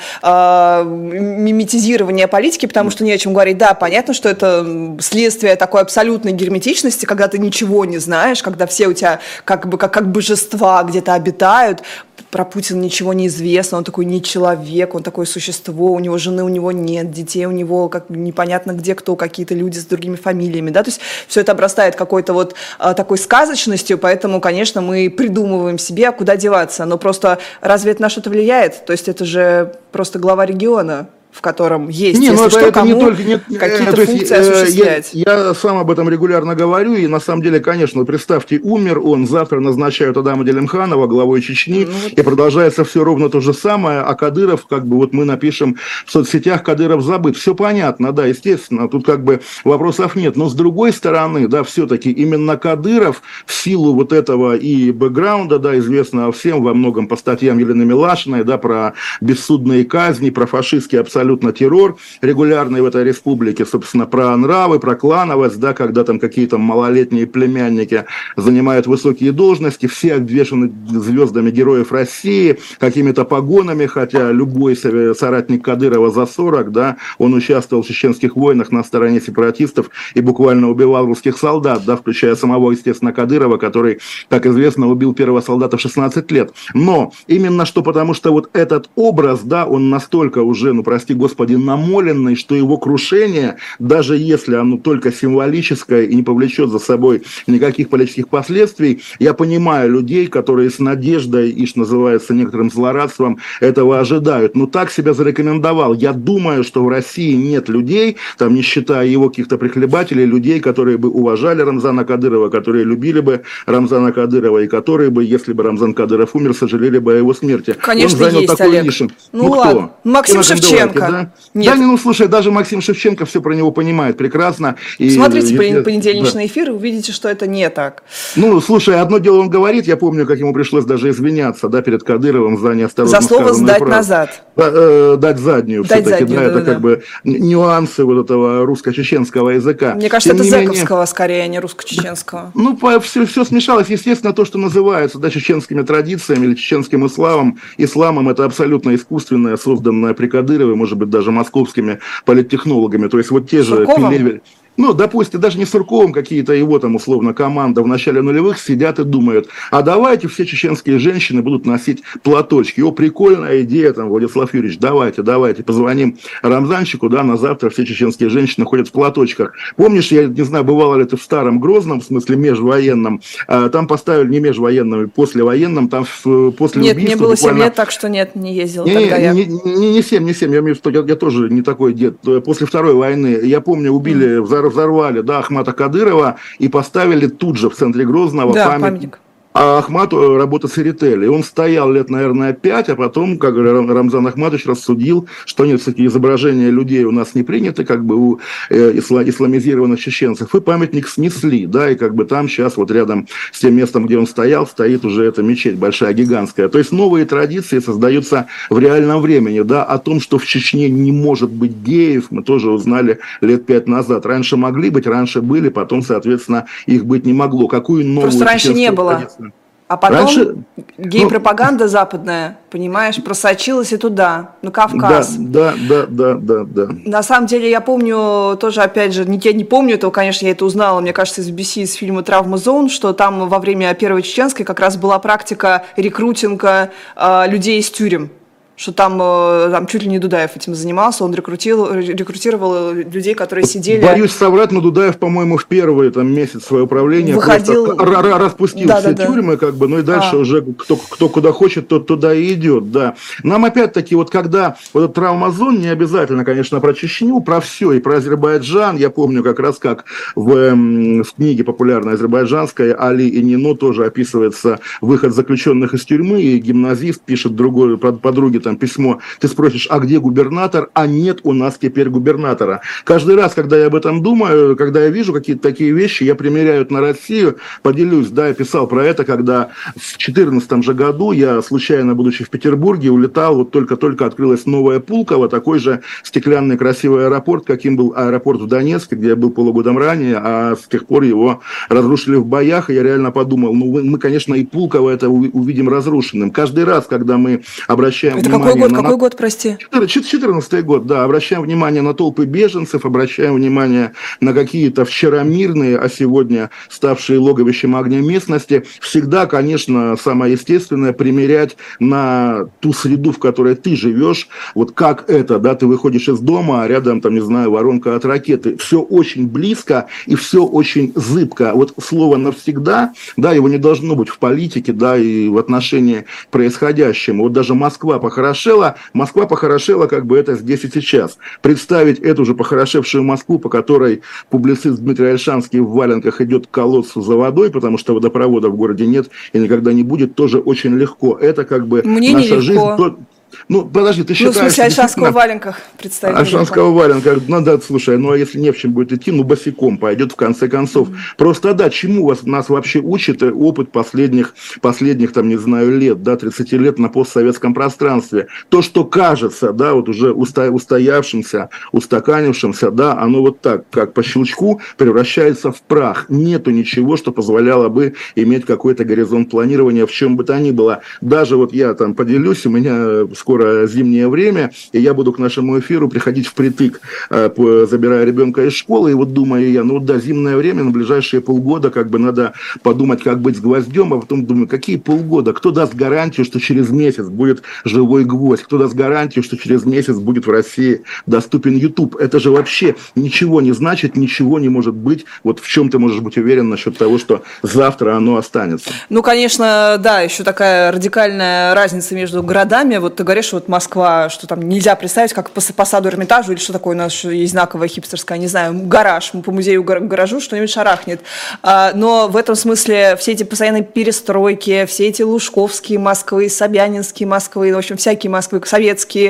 миметизирование политики, потому что не о чем говорить. Да, понятно, что это следствие такой абсолютной герметичности, когда ты ничего не знаешь, когда все у тебя как божества где-то обитают. Про Путина ничего не известно, он такой не человек, он такое существо, у него жены, у него нет, детей у него как непонятно где кто, какие-то люди с другими фамилиями, да, то есть все это обрастает какой-то вот такой сказочностью, поэтому, конечно, мы придумываем себе, куда деваться, но просто разве это на что-то влияет? То есть это же просто глава региона, в котором есть, если что, кому какие-то функции осуществлять. Я сам об этом регулярно говорю, и на самом деле, конечно, представьте, умер он, завтра назначают Адама Делимханова главой Чечни, и продолжается все ровно то же самое, а Кадыров, как бы вот мы напишем в соцсетях, Кадыров забыт. Все понятно, да, естественно, тут как бы вопросов нет, но с другой стороны, да, все-таки именно Кадыров в силу вот этого и бэкграунда, да, известного всем во многом по статьям Елены Милашиной, да, про бессудные казни, про фашистский абсолютно террор регулярный в этой республике, собственно, про нравы, про клановость, да, когда там какие-то малолетние племянники занимают высокие должности, все обвешаны звездами героев России, какими-то погонами, хотя любой соратник Кадырова за 40, да, он участвовал в чеченских войнах на стороне сепаратистов и буквально убивал русских солдат, да, включая самого, естественно, Кадырова, который, как известно, убил первого солдата в 16 лет. Но именно что потому, что вот этот образ, да, он настолько уже, ну, прости Господи, намоленный, что его крушение, даже если оно только символическое и не повлечет за собой никаких политических последствий, я понимаю людей, которые с надеждой и, что называется, некоторым злорадством этого ожидают. Но так себя зарекомендовал. Я думаю, что в России нет людей, там, не считая его каких-то прихлебателей, людей, которые бы уважали Рамзана Кадырова, которые любили бы Рамзана Кадырова и которые бы, если бы Рамзан Кадыров умер, сожалели бы о его смерти. Конечно, он занял есть, такую нишу. Ну ладно, кто? Максим Шевченко. Да? Нет. Да, ну слушай, даже Максим Шевченко все про него понимает прекрасно. И смотрите понедельничный эфир, увидите, что это не так. Ну, слушай, одно дело он говорит, я помню, как ему пришлось даже извиняться, да, перед Кадыровым за неосторожно за слово «сдать фразу. Назад». Дать заднюю все-таки, да, это как бы нюансы вот этого русско-чеченского языка. Мне кажется, это зэковского скорее, а не русско-чеченского. Ну, все смешалось, естественно, то, что называется, да, чеченскими традициями или чеченским исламом, это абсолютно искусственное, созданное при Кадырове, может быть, даже московскими политтехнологами, то есть вот те же Пелевель. Ну, допустим, даже не Сурковым, какие-то его там условно команда в начале нулевых сидят и думают, а давайте все чеченские женщины будут носить платочки. О, прикольная идея, там, Владислав Юрьевич, давайте, позвоним Рамзанчику, да, на завтра все чеченские женщины ходят в платочках. Помнишь, я не знаю, бывало ли ты в старом Грозном, в смысле межвоенном, там поставили не межвоенном, послевоенном, там после нет, убийства... Нет, мне было 7 лет, так что нет, не ездил тогда я. Не 7, я имею в виду, я тоже не такой дед. После Второй войны, я помню, убили взорвали, да, Ахмата Кадырова и поставили тут же в центре Грозного памятник. А Ахмату работа Церетели. И он стоял лет, наверное, 5, а потом, как Рамзан Ахматович рассудил, что нет, такие изображения людей у нас не приняты, как бы у исламизированных чеченцев. И памятник снесли, да, и как бы там сейчас вот рядом с тем местом, где он стоял, стоит уже эта мечеть большая, гигантская. То есть новые традиции создаются в реальном времени, да, о том, что в Чечне не может быть геев, мы тоже узнали лет 5 назад. Раньше могли быть, раньше были, потом, соответственно, их быть не могло. Какую новую просто раньше не было. Традицию? А потом гей-пропаганда западная, понимаешь, просочилась и туда, на Кавказ. Да. На самом деле, я помню, тоже, опять же, я не помню этого, конечно, я это узнала, мне кажется, из BBC, из фильма «Травма Зон», что там во время Первой Чеченской как раз была практика рекрутинга людей из тюрем. что там чуть ли не Дудаев этим занимался, он рекрутировал людей, которые сидели... Боюсь соврать, но Дудаев, по-моему, в первый месяц своего правления выходил... распустил все тюрьмы, ну и дальше уже кто куда хочет, тот туда и идет, да. Нам опять-таки, когда этот травмозон, не обязательно, конечно, про Чечню, про все, и про Азербайджан, я помню как раз как в книге популярной азербайджанской «Али и Нино» тоже описывается выход заключенных из тюрьмы, и гимназист пишет другой подруге письмо, ты спросишь, а где губернатор? А нет у нас теперь губернатора. Каждый раз, когда я об этом думаю, когда я вижу какие-то такие вещи, я примеряю это на Россию, поделюсь, я писал про это, когда в 2014 же году я, случайно, будучи в Петербурге, улетал, только-только открылась новая Пулково, такой же стеклянный красивый аэропорт, каким был аэропорт в Донецке, где я был полугодом ранее, а с тех пор его разрушили в боях, и я реально подумал, мы, конечно, и Пулково это увидим разрушенным. Каждый раз, когда мы обращаем внимание... Какой год, прости? 14 год, да. Обращаем внимание на толпы беженцев, обращаем внимание на какие-то вчера мирные, а сегодня ставшие логовищем огня местности. Всегда, конечно, самое естественное примерять на ту среду, в которой ты живешь. Вот как это, ты выходишь из дома, а рядом, воронка от ракеты. Все очень близко и все очень зыбко. Вот слово «навсегда», его не должно быть в политике, и в отношении к происходящему. Вот даже Москва похорошела как бы это здесь и сейчас. Представить эту же похорошевшую Москву, по которой публицист Дмитрий Ольшанский в валенках идет к колодцу за водой, потому что водопровода в городе нет и никогда не будет, тоже очень легко. Это как бы мне наша жизнь... Подожди, ты считаешь... в смысле, Ольшанского в валенках представить. Ольшанского в валенках, слушай, а если не в чем будет идти, босиком пойдет в конце концов. Просто, чему нас вообще учит опыт последних, лет, 30 лет на постсоветском пространстве. То, что кажется, уже устоявшимся, устаканившимся, оно вот так, как по щелчку, превращается в прах. Нету ничего, что позволяло бы иметь какой-то горизонт планирования в чем бы то ни было. Даже я поделюсь, у меня скоро зимнее время, и я буду к нашему эфиру приходить впритык, забирая ребенка из школы, и думаю я, зимнее время, на ближайшие полгода надо подумать, как быть с гвоздем, а потом думаю, какие полгода, кто даст гарантию, что через месяц будет живой гвоздь, кто даст гарантию, что через месяц будет в России доступен YouTube, это же вообще ничего не значит, ничего не может быть, в чем ты можешь быть уверен насчет того, что завтра оно останется. Конечно, еще такая радикальная разница между городами, ты говоришь, Москва, что там нельзя представить, как по саду Эрмитажу, или что такое у нас есть знаковое хипстерское, не знаю, гараж, по музею гаражу что-нибудь шарахнет. Но в этом смысле все эти постоянные перестройки, все эти лужковские Москвы, собянинские Москвы, в общем, всякие Москвы, советские,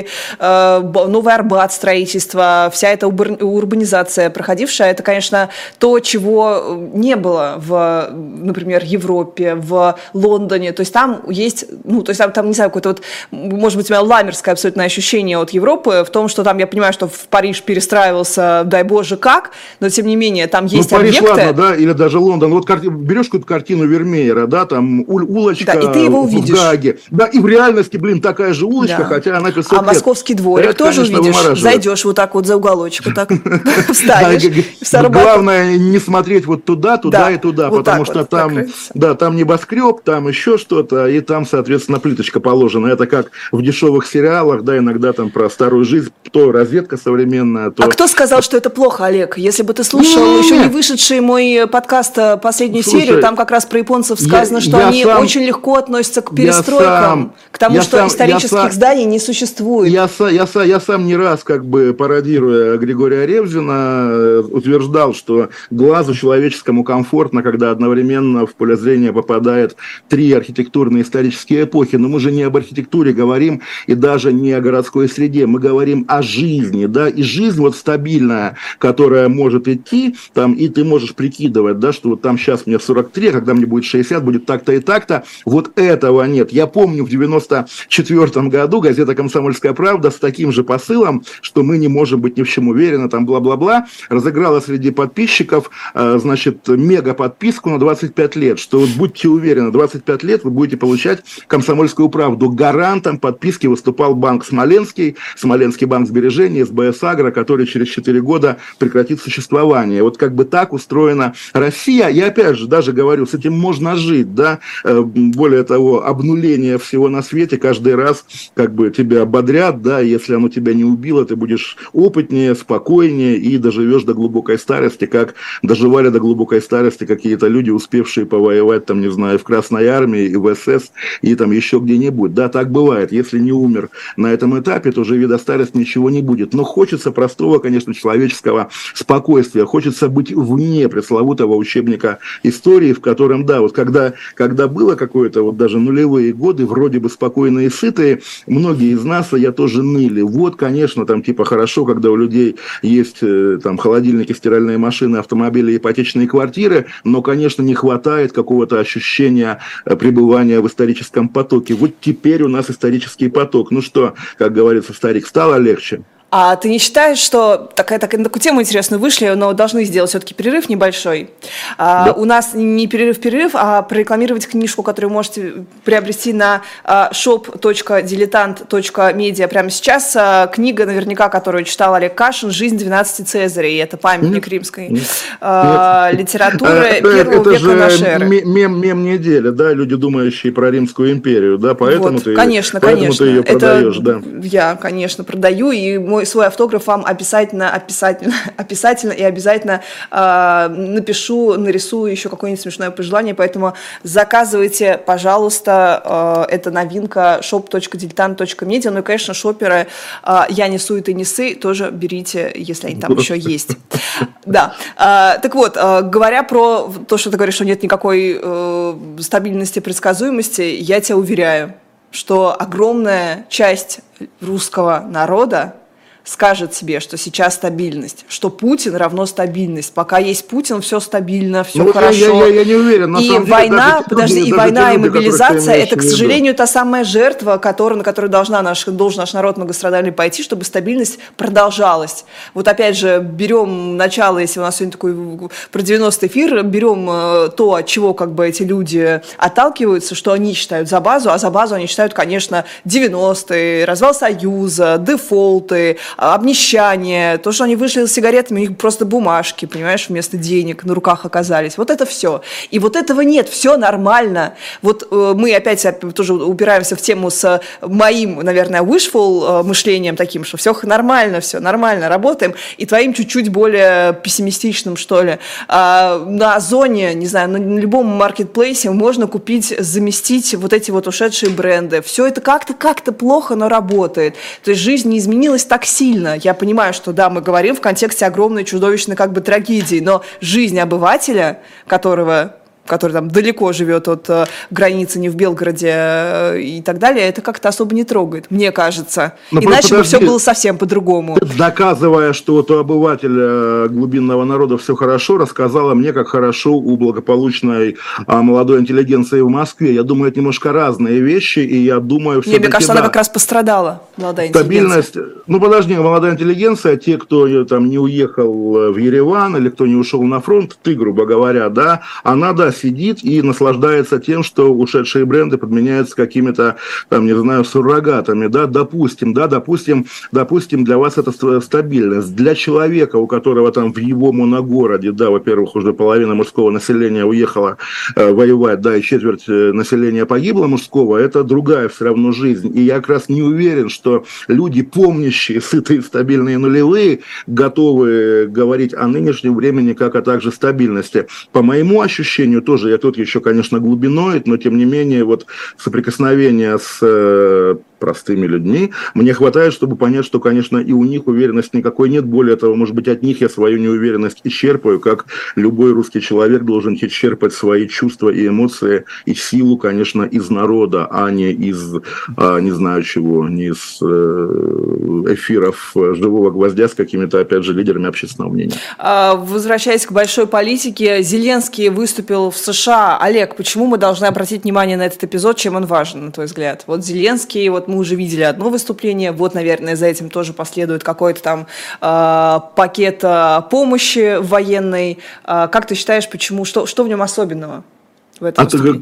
Новый Арбат, строительство, вся эта урбанизация проходившая, это, конечно, то, чего не было в, например, Европе, в Лондоне. То есть там есть, там не знаю, какой-то может быть, у меня ламерское абсолютно ощущение от Европы в том, что там, я понимаю, что в Париж перестраивался, дай боже, как, но, тем не менее, там есть Париж, объекты. Ладно, или даже Лондон. Берешь какую-то картину Вермеера, там улочка и ты его увидишь. В Гааге. И в реальности, такая же улочка, хотя она 500 лет. Московский дворик это, тоже конечно, увидишь. Зайдешь за уголочек, встанешь. Главное, не смотреть туда и туда, потому что там небоскреб, там еще что-то, и там, соответственно, плиточка положена. Это как в дешевых сериалах, иногда про старую жизнь, то разведка современная, то... А кто сказал, что это плохо, Олег? Если бы ты слушал еще не вышедший мой подкаст последнюю серию, там как раз про японцев сказано, что они очень легко относятся к перестройкам, к тому, что исторических зданий не существует. Я сам не раз, пародируя Григория Ревзина, утверждал, что глазу человеческому комфортно, когда одновременно в поле зрения попадает 3 архитектурные исторические эпохи. Но мы же не об архитектуре говорим, и даже не о городской среде. Мы говорим о жизни, и жизнь стабильная, которая может идти, и ты можешь прикидывать, что там сейчас мне 43, когда мне будет 60, будет так-то и так-то. Этого нет. Я помню, в 94 году газета «Комсомольская правда» с таким же посылом, что мы не можем быть ни в чем уверены, бла-бла-бла, разыграла среди подписчиков, мега-подписку на 25 лет, что будьте уверены, 25 лет вы будете получать «Комсомольскую правду» гарантом подписки списке выступал банк Смоленский банк сбережений, СБС Агро, который через 4 года прекратит существование. Вот как бы так устроена Россия. Я опять же даже говорю, с этим можно жить, да. Более того, обнуление всего на свете каждый раз как бы тебя бодрят, да, если оно тебя не убило, ты будешь опытнее, спокойнее и доживешь до глубокой старости, как доживали до глубокой старости какие-то люди, успевшие повоевать, там, не знаю, в Красной Армии, и в СС, и там еще где-нибудь. Да, так бывает. Если не умер на этом этапе, то живи до старости, ничего не будет. Но хочется простого, конечно, человеческого спокойствия. Хочется быть вне пресловутого учебника истории, в котором, да, вот когда было какое-то вот даже нулевые годы, вроде бы спокойные и сытые, многие из нас, а я тоже ныли. Вот, конечно, там типа хорошо, когда у людей есть там холодильники, стиральные машины, автомобили, ипотечные квартиры, но, конечно, не хватает какого-то ощущения пребывания в историческом потоке. Вот теперь у нас исторический поток. Ну что, как говорится, старик, стало легче? А ты не считаешь, что на такую тему интересную вышли, но должны сделать все-таки перерыв небольшой? Да. У нас не перерыв, а прорекламировать книжку, которую можете приобрести на shop.diletant.media прямо сейчас. Книга, наверняка, которую читал Олег Кашин, «Жизнь 12 Цезарей». Это памятник римской литературы первого века нашей эры. Мем недели, да, люди, думающие про Римскую империю, да, поэтому вот, ты Это ее продаешь, да. Я, конечно, продаю, и свой автограф вам обязательно и обязательно нарисую еще какое-нибудь смешное пожелание, поэтому заказывайте, пожалуйста, это новинка shop.diletant.media, ну и, конечно, шоперы «Я несу, и ты несы» тоже берите, если они там еще есть. Да, так вот, говоря про то, что ты говоришь, что нет никакой стабильности, предсказуемости, я тебя уверяю, что огромная часть русского народа скажет себе, что сейчас стабильность, что Путин равно стабильность. Пока есть Путин, все стабильно, все хорошо. Я не уверен. На самом деле, война, война и мобилизация, это, к сожалению, та самая жертва, на которую должен наш народ многострадальный пойти, чтобы стабильность продолжалась. Вот опять же, берем начало, если у нас сегодня такой про 90-й эфир, берем то, от чего как бы эти люди отталкиваются, что они считают за базу, а за базу они считают, конечно, 90-е, развал Союза, дефолты, обнищание, то, что они вышли с сигаретами, у них просто бумажки, понимаешь, вместо денег на руках оказались. Вот это все. И вот этого нет, все нормально. Вот мы опять тоже упираемся в тему с моим, наверное, wishful мышлением таким, что все нормально, работаем, и твоим чуть-чуть более пессимистичным, что ли. На Озоне, не знаю, на любом маркетплейсе можно купить, заместить вот эти вот ушедшие бренды. Все это как-то плохо, но работает. То есть жизнь не изменилась так сильно. Я понимаю, что да, мы говорим в контексте огромной чудовищной как бы трагедии, но жизнь обывателя, который там далеко живет от границы, не в Белгороде и так далее, это как-то особо не трогает, мне кажется. Но иначе бы все было совсем по-другому. Доказывая, что вот у обывателя глубинного народа все хорошо, рассказала мне, как хорошо у благополучной молодой интеллигенции в Москве. Я думаю, это немножко разные вещи, и я думаю... Мне кажется, она как раз пострадала, молодая интеллигенция. Стабильность. Ну, подожди, молодая интеллигенция, те, кто там не уехал в Ереван или кто не ушел на фронт, ты, грубо говоря, да, она, да, сидит и наслаждается тем, что ушедшие бренды подменяются какими-то, там, не знаю, суррогатами, да, допустим, для вас это стабильность. Для человека, у которого там в его моногороде, да, во-первых, уже половина мужского населения уехала воевать, да, и четверть населения погибло мужского, это другая все равно жизнь. И я как раз не уверен, что люди, помнящие сытые, стабильные нулевые, готовы говорить о нынешнем времени, как о также стабильности. По моему ощущению, тоже я тут еще, конечно, глубиноид, но тем не менее вот соприкосновение с простыми людьми мне хватает, чтобы понять, что, конечно, и у них уверенности никакой нет. Более того, может быть, от них я свою неуверенность исчерпаю, как любой русский человек должен исчерпать свои чувства и эмоции и силу, конечно, из народа, а не из, не знаю чего, не из эфиров «Живого гвоздя» с какими-то, опять же, лидерами общественного мнения. Возвращаясь к большой политике, Зеленский выступил в США. Олег, почему мы должны обратить внимание на этот эпизод, чем он важен, на твой взгляд? Вот Зеленский, вот мы уже видели одно выступление, вот, наверное, за этим тоже последует какой-то там пакет помощи военной. Как ты считаешь, почему, что в нем особенного? в этом выступлении.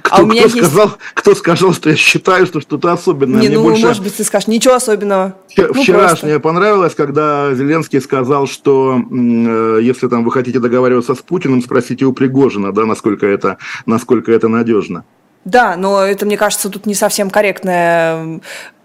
Кто сказал, что я считаю, что что-то особенное? Не, может быть, ты скажешь, ничего особенного. Вчерашнее понравилось, когда Зеленский сказал, что если там вы хотите договариваться с Путиным, спросите у Пригожина, да, насколько это надежно. Да, но это, мне кажется, тут не совсем корректная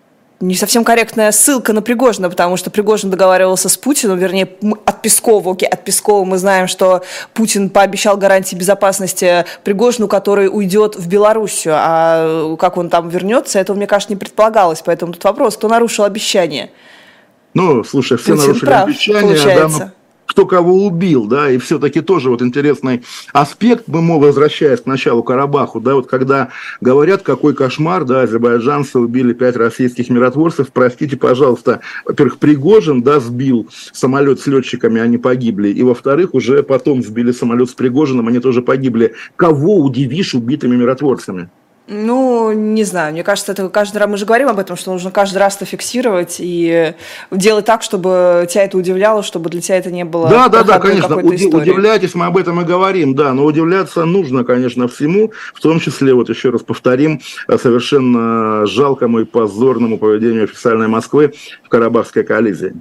ссылка на Пригожина, потому что Пригожин договаривался с Путиным, вернее, от Пескова мы знаем, что Путин пообещал гарантии безопасности Пригожину, который уйдет в Белоруссию, а как он там вернется, этого, мне кажется, не предполагалось, поэтому тут вопрос, кто нарушил обещание? Ну, слушай, все Путин нарушили прав, обещания, получается. да, кто кого убил, да, и все-таки тоже вот интересный аспект, мы возвращаясь к началу Карабаху, да, вот когда говорят, какой кошмар, да, азербайджанцы убили 5 российских миротворцев, простите, пожалуйста, во-первых, Пригожин, да, сбил самолет с летчиками, они погибли, и во-вторых, уже потом сбили самолет с Пригожиным, они тоже погибли. Кого удивишь убитыми миротворцами? Ну, не знаю, мне кажется, это каждый раз, мы же говорим об этом, что нужно каждый раз это фиксировать и делать так, чтобы тебя это удивляло, чтобы для тебя это не было... Да, конечно, удивляйтесь, мы об этом и говорим, да, но удивляться нужно, конечно, всему, в том числе, вот еще раз повторим, совершенно жалкому и позорному поведению официальной Москвы в Карабахской коллизии.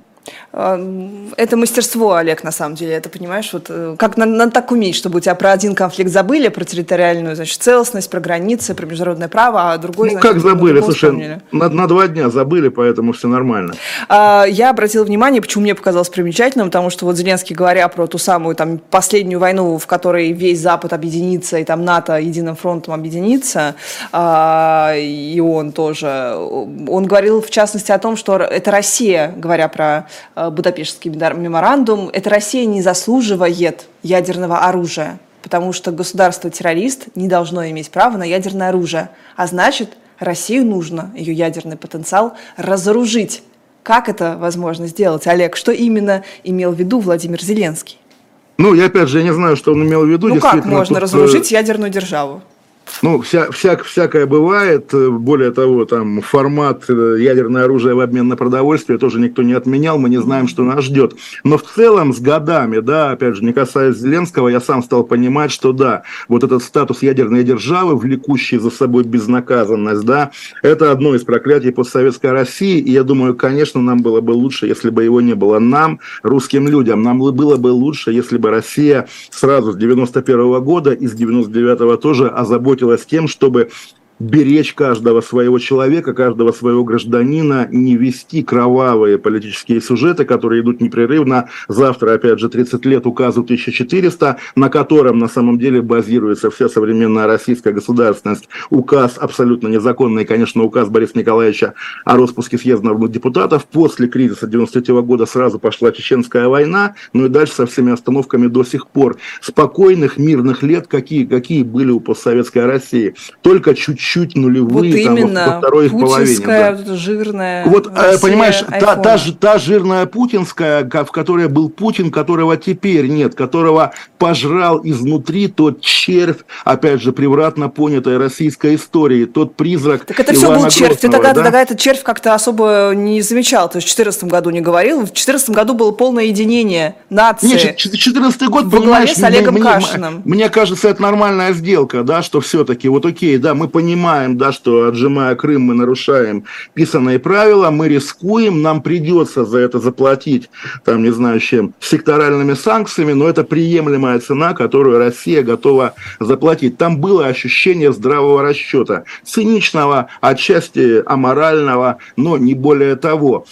Это мастерство, Олег, на самом деле, это, понимаешь, вот как надо так уметь, чтобы у тебя про один конфликт забыли, про территориальную, значит, целостность, про границы, про международное право, а другой... Ну, значит, как забыли? Слушай, на 2 дня забыли, поэтому все нормально. Я обратила внимание, почему мне показалось примечательным, потому что вот Зеленский, говоря про ту самую там последнюю войну, в которой весь Запад объединится, и там НАТО единым фронтом объединится, и он тоже, он говорил, в частности, о том, что это Россия, говоря про Будапештский меморандум, эта Россия не заслуживает ядерного оружия, потому что государство-террорист не должно иметь права на ядерное оружие, а значит, Россию нужно, ее ядерный потенциал, разоружить. Как это возможно сделать, Олег? Что именно имел в виду Владимир Зеленский? Ну, я опять же, я не знаю, что он имел в виду. Ну, как можно разоружить ядерную державу? Ну, всякое бывает. Более того, там формат ядерное оружие в обмен на продовольствие тоже никто не отменял. Мы не знаем, что нас ждет. Но в целом с годами, да, опять же, не касаясь Зеленского, я сам стал понимать, что да, вот этот статус ядерной державы, влекущий за собой безнаказанность, да, это одно из проклятий постсоветской России. И я думаю, конечно, нам было бы лучше, если бы его не было. Нам, русским людям, нам было бы лучше, если бы Россия сразу с 91-го года и с 99-го тоже озаботилась тем, чтобы беречь каждого своего человека, каждого своего гражданина, не вести кровавые политические сюжеты, которые идут непрерывно. Завтра, опять же, 30 лет указу 1400, на котором на самом деле базируется вся современная российская государственность. Указ абсолютно незаконный, конечно, указ Бориса Николаевича о распуске съездов депутатов. После кризиса 93 года сразу пошла Чеченская война, ну и дальше со всеми остановками до сих пор. Спокойных, мирных лет, какие были у постсоветской России. Только чуть-чуть нулевые, вот там, во второй их половине. Да. Вот жирная вот, Россия, понимаешь, та жирная путинская, в которой был Путин, которого теперь нет, которого пожрал изнутри тот червь, опять же, превратно понятой российской истории, тот призрак. Так это все был червь. Ты тогда этот червь как-то особо не замечал. То есть в 2014 году не говорил. В 2014 году было полное единение нации. Нет, 2014 год, во главе с Олегом Кашиным. Мне кажется, это нормальная сделка, да, что все-таки, вот окей, да, мы понимаем, да, что отжимая Крым мы нарушаем писанные правила, мы рискуем, нам придется за это заплатить, там, не знаю, чем, секторальными санкциями, но это приемлемая цена, которую Россия готова заплатить. Там было ощущение здравого расчета, циничного, отчасти аморального, но не более того.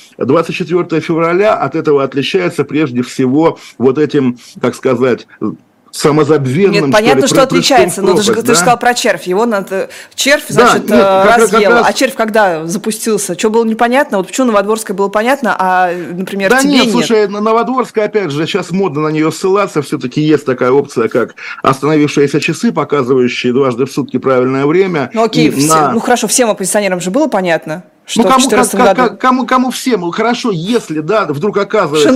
24 февраля от этого отличается прежде всего вот этим, как сказать, самозабвенным. Нет, понятно, что отличается, но ты же сказал про червь. Его надо... Червь, значит, разъел. А червь когда запустился? Что было непонятно? Вот почему Новодворская было понятно, а, например, тебе нет? Слушай, Новодворская, опять же, сейчас модно на нее ссылаться. Все-таки есть такая опция, как остановившиеся часы, показывающие дважды в сутки правильное время. Ну окей, хорошо, всем оппозиционерам же было понятно, Что в 2014 году? Кому всем? Хорошо, если, да, вдруг оказывается,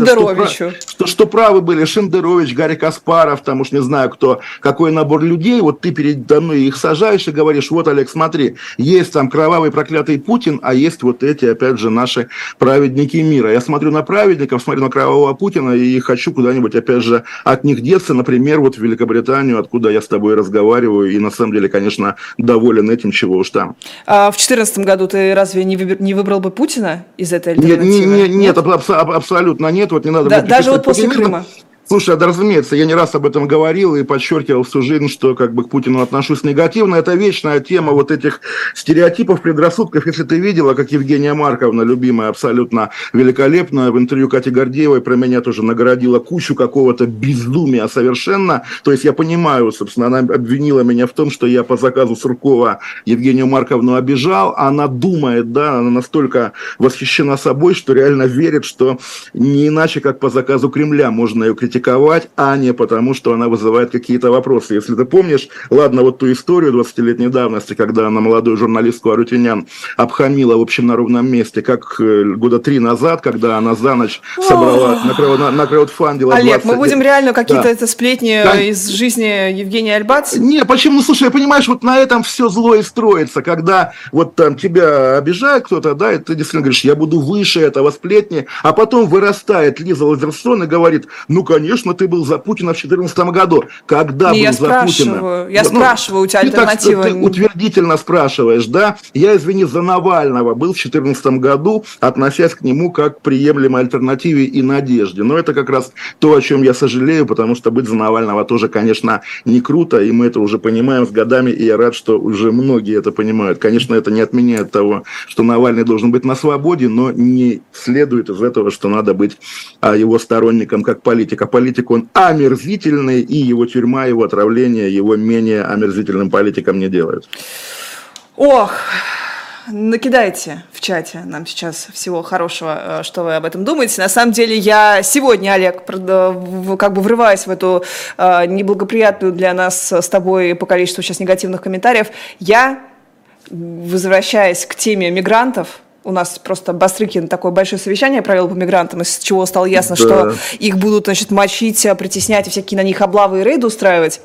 что правы были Шендерович, Гарри Каспаров, там уж не знаю кто, какой набор людей, вот ты передо мной их сажаешь и говоришь, вот, Олег, смотри, есть там кровавый проклятый Путин, а есть вот эти, опять же, наши праведники мира. Я смотрю на праведников, смотрю на кровавого Путина и хочу куда-нибудь, опять же, от них деться, например, вот в Великобританию, откуда я с тобой разговариваю, и на самом деле, конечно, доволен этим, чего уж там. А в 2014 году ты разве не выбрал бы Путина из этой альтернативы? Нет, абсолютно нет. Вот не надо даже вот после Крыма. Слушай, да, разумеется, я не раз об этом говорил и подчеркивал всю жизнь, что как бы к Путину отношусь негативно. Это вечная тема вот этих стереотипов, предрассудков. Если ты видела, как Евгения Марковна, любимая, абсолютно великолепная, в интервью Кати Гордеевой про меня тоже наградила кучу какого-то безумия совершенно. То есть я понимаю, собственно, она обвинила меня в том, что я по заказу Суркова Евгению Марковну обижал. Она думает, да, она настолько восхищена собой, что реально верит, что не иначе, как по заказу Кремля можно ее критиковать, а не потому, что она вызывает какие-то вопросы. Если ты помнишь, ладно, вот ту историю 20-летней давности, когда она молодую журналистку Арутюнян обхамила, в общем, на ровном месте, как года 3 назад, когда она за ночь собрала, на краудфандила. Олег, мы будем реально какие-то это сплетни из жизни Евгения Альбац? Не, почему? Слушай, понимаешь, вот на этом все зло и строится, когда вот там тебя обижает кто-то, да, и ты действительно говоришь, я буду выше этого сплетни, а потом вырастает Лиза Лазерсон и говорит, ну, конечно, ты был за Путина в 2014 году. Когда был за Путина? Я спрашиваю, у тебя альтернатива. Ты утвердительно спрашиваешь, да? Я, извини, за Навального был в 2014 году, относясь к нему как к приемлемой альтернативе и надежде. Но это как раз то, о чем я сожалею, потому что быть за Навального тоже, конечно, не круто, и мы это уже понимаем с годами, и я рад, что уже многие это понимают. Конечно, это не отменяет того, что Навальный должен быть на свободе, но не следует из этого, что надо быть его сторонником как политика. Политик он омерзительный, и его тюрьма, его отравление, его менее омерзительным политиком не делают. Ох, накидайте в чате нам сейчас всего хорошего, что вы об этом думаете. На самом деле я сегодня, Олег, как бы врываясь в эту неблагоприятную для нас с тобой по количеству сейчас негативных комментариев, я, возвращаясь к теме мигрантов, у нас просто Бастрыкин такое большое совещание провел по мигрантам, из чего стало ясно, что их будут, значит, мочить, притеснять и всякие на них облавы и рейды устраивать.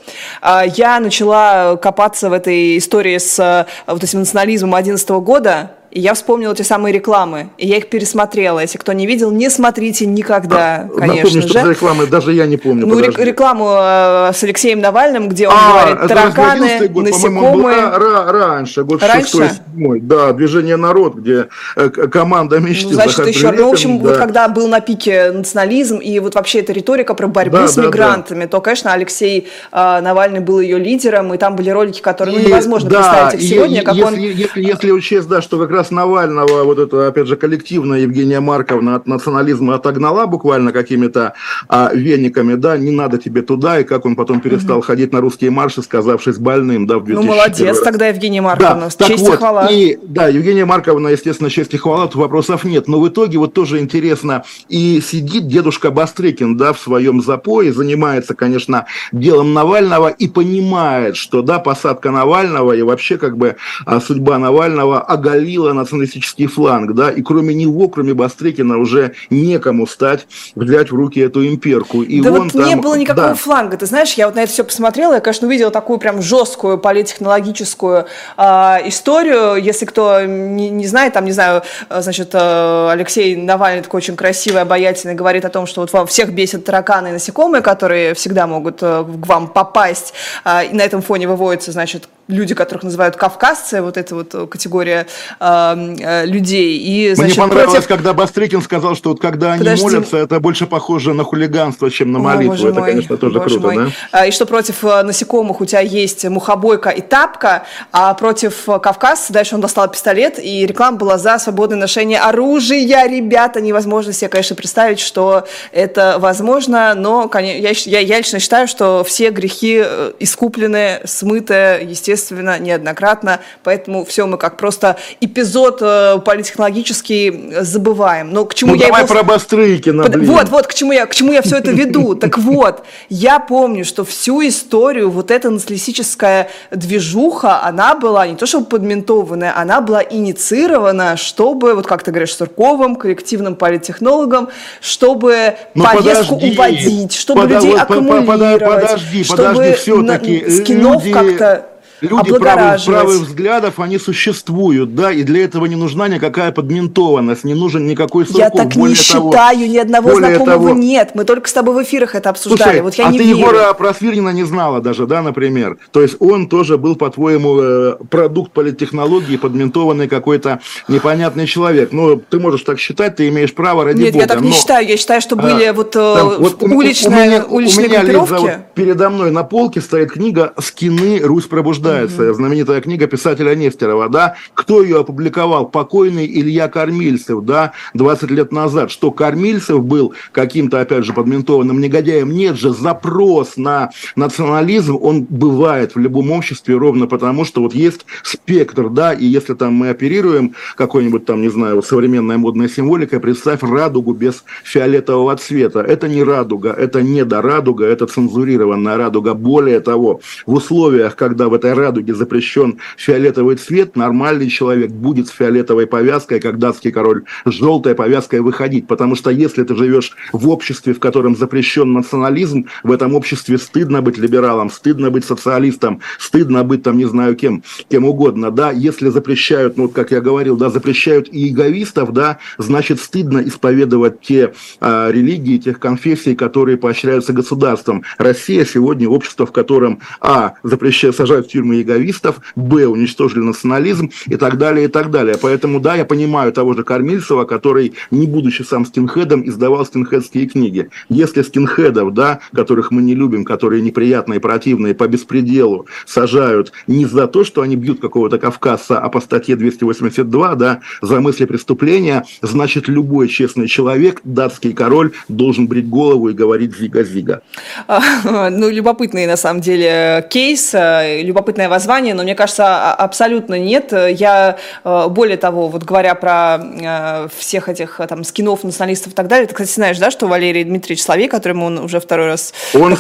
Я начала копаться в этой истории с вот этим национализмом 2011 года, и я вспомнила те самые рекламы, и я их пересмотрела. Если кто не видел, не смотрите никогда, конечно напомню, же. Что за рекламы, даже я не помню. Ну, рекламу с Алексеем Навальным, где он говорит, тараканы, год, насекомые. Раньше, год 6-7. Да, «Движение «Народ», где команда мечты. Ну, значит, еще. Ну, в общем, да. Вот когда был на пике национализм и вот вообще эта риторика про борьбу с мигрантами, то, конечно, Алексей Навальный был ее лидером, и там были ролики, которые невозможно представить их сегодня, как он... Если учесть, да, что как раз Навального, вот это, опять же, коллективно Евгения Марковна от национализма отогнала буквально какими-то вениками, да, не надо тебе туда, и как он потом перестал ходить на русские марши, сказавшись больным, да, в 2001 Ну, молодец тогда Евгения Марковна, да, честь и хвала. Да, Евгения Марковна, естественно, честь и хвала, тут вопросов нет, но в итоге вот тоже интересно, и сидит дедушка Бастрыкин, да, в своем запое, занимается, конечно, делом Навального и понимает, что, да, посадка Навального и вообще, как бы, судьба Навального оголила националистический фланг, да, и кроме него, кроме Бастрыкина, уже некому взять в руки эту имперку. И да он вот там, не было никакого фланга, ты знаешь, я вот на это все посмотрела, я, конечно, увидела такую прям жесткую политтехнологическую историю, если кто не знает, там, не знаю, значит, Алексей Навальный такой очень красивый, обаятельный, говорит о том, что вот вам всех бесят тараканы и насекомые, которые всегда могут к вам попасть, и на этом фоне выводятся, значит, люди, которых называют кавказцы, вот эта вот категория людей. И, значит, мне понравилось, когда Бастрыкин сказал, что вот когда они молятся, это больше похоже на хулиганство, чем на молитву. Это, конечно, тоже круто, да? И что против насекомых у тебя есть мухобойка и тапка, а против кавказца, дальше он достал пистолет, и реклама была за свободное ношение оружия. Ребята, невозможно себе, конечно, представить, что это возможно, но я лично считаю, что все грехи искуплены, смыты, естественно, естественно, неоднократно, поэтому все мы как просто эпизод политтехнологический забываем. Но к чему я давай про Бастрыкина, Вот, к чему я все это веду. Так вот, я помню, что всю историю, вот эта националистическая движуха, она была не то чтобы подментованная, она была инициирована, чтобы, вот как ты говоришь, Сурковым, коллективным политтехнологом, чтобы повестку уводить, чтобы людей аккумулировать, чтобы скинов как-то... Люди правых взглядов, они существуют, да, и для этого не нужна никакая подментованность, не нужен никакой Сурков. Я так не считаю, ни одного знакомого нет, мы только с тобой в эфирах это обсуждали. Слушай, вот я не ты верю. Егора Просвирнина не знала даже, да, например, то есть он тоже был, по-твоему, продукт политтехнологии, подментованный какой-то непонятный человек. Ну, ты можешь так считать, ты имеешь право, ради Нет, бога. я так не считаю, я считаю, что были уличные группировки. Передо мной на полке стоит книга «Скины. Русь пробуждается». Знаменитая книга писателя Нестерова, да, кто ее опубликовал? Покойный Илья Кормильцев, да, 20 лет назад. Что Кормильцев был каким-то, опять же, подментованным негодяем? Нет же, запрос на национализм, он бывает в любом обществе ровно потому, что вот есть спектр, да, и если там мы оперируем какой-нибудь там, не знаю, современной модной символикой, представь радугу без фиолетового цвета. Это не радуга, это недорадуга, это цензурированная радуга. Более того, в условиях, когда в этой радуге запрещен фиолетовый цвет, нормальный человек будет с фиолетовой повязкой, как датский король, с желтой повязкой выходить. Потому что если ты живешь в обществе, в котором запрещен национализм, в этом обществе стыдно быть либералом, стыдно быть социалистом, стыдно быть там, не знаю, кем угодно, да. Если запрещают, ну, как я говорил, да, запрещают и иеговистов, да, значит, стыдно исповедовать те религии, тех конфессий, которые поощряются государством. Россия сегодня общество, в котором, запрещают, сажают в тюрьмы яговистов, уничтожили национализм и так далее, и так далее. Поэтому, да, я понимаю того же Кормильцева, который, не будучи сам скинхедом, издавал скинхедские книги. Если скинхедов, да, которых мы не любим, которые неприятные, противные, по беспределу сажают не за то, что они бьют какого-то кавказца, а по статье 282, да, за мысли преступления, значит, любой честный человек, датский король, должен брить голову и говорить «зига-зига». Ну, любопытный, на самом деле, кейс, любопытное воззвание, но мне кажется, абсолютно нет. Я, более того, вот говоря про всех этих там скинов, националистов и так далее, ты, кстати, знаешь, да, что Валерий Дмитриевич Соловей, которому он уже второй раз... Он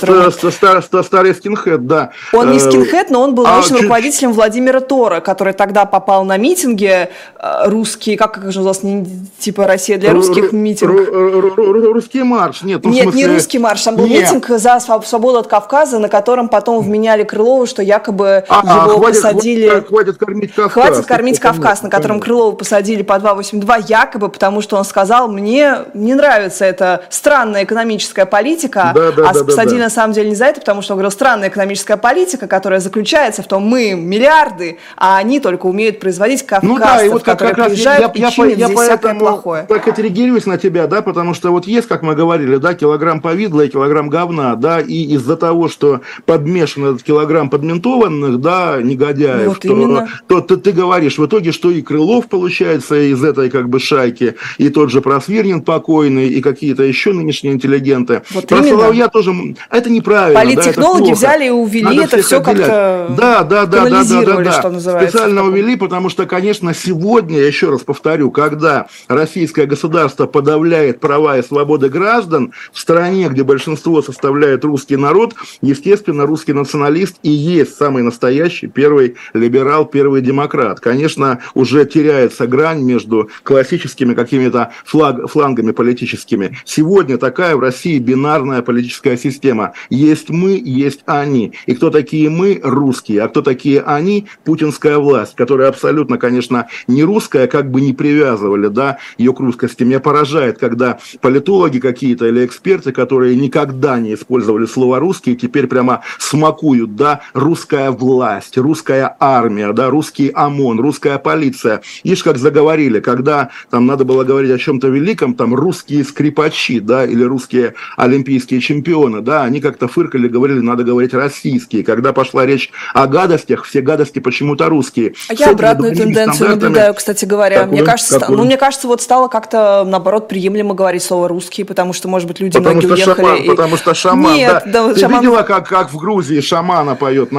старый скинхед, да. Он не скинхед, но он был научным руководителем Владимира Тора, который тогда попал на митинги русские, как же назывался, типа «Россия для русских» митинг? Русский марш, нет. Нет, не русский марш, там был митинг за свободу от Кавказа, на котором потом вменяли Крылову, что якобы его посадили... Хватит кормить Кавказ. Хватит кормить Кавказ, на котором Крылова посадили по 282, якобы потому, что он сказал, мне не нравится эта странная экономическая политика, посадили на самом деле не за это, потому что он говорил, странная экономическая политика, которая заключается в том, мы миллиарды, а они только умеют производить кавказцев, которые приезжают и чинят здесь всякое плохое. Я так отрегируюсь на тебя, да, потому что вот есть, как мы говорили, да, килограмм повидла и килограмм говна, да, и из-за того, что подмешан этот килограмм подментованных, да, негодяев, вот то ты говоришь в итоге, что и Крылов получается из этой как бы шайки, и тот же Просвирнин покойный, и какие-то еще нынешние интеллигенты. Вот про Соловья тоже, это неправильно. Политтехнологи взяли и увели, надо это все как-то канализировали, что называется. Специально увели, потому что, конечно, сегодня, я еще раз повторю, когда российское государство подавляет права и свободы граждан в стране, где большинство составляет русский народ, естественно, русский националист и есть самый настоящий первый либерал, первый демократ. Конечно, уже теряется грань между классическими какими-то флангами политическими. Сегодня такая в России бинарная политическая система. Есть мы, есть они. И кто такие мы? Русские. А кто такие они? Путинская власть, которая абсолютно, конечно, не русская, как бы не привязывали, да, ее к русскости. Меня поражает, когда политологи какие-то или эксперты, которые никогда не использовали слово «русский», теперь прямо смакуют, да, русская власть, русская армия, да, русский ОМОН, русская полиция. Ишь, как заговорили, когда там надо было говорить о чем-то великом, там русские скрипачи, да, или русские олимпийские чемпионы, да, они как-то фыркали, говорили, надо говорить российские. Когда пошла речь о гадостях, все гадости почему-то русские. А я обратную тенденцию наблюдаю, кстати говоря. Мне кажется, вот стало как-то, наоборот, приемлемо говорить слово «русский», потому что, может быть, люди многие уехали. Потому что шаман, да. Ты видела, как в Грузии шамана поет народ?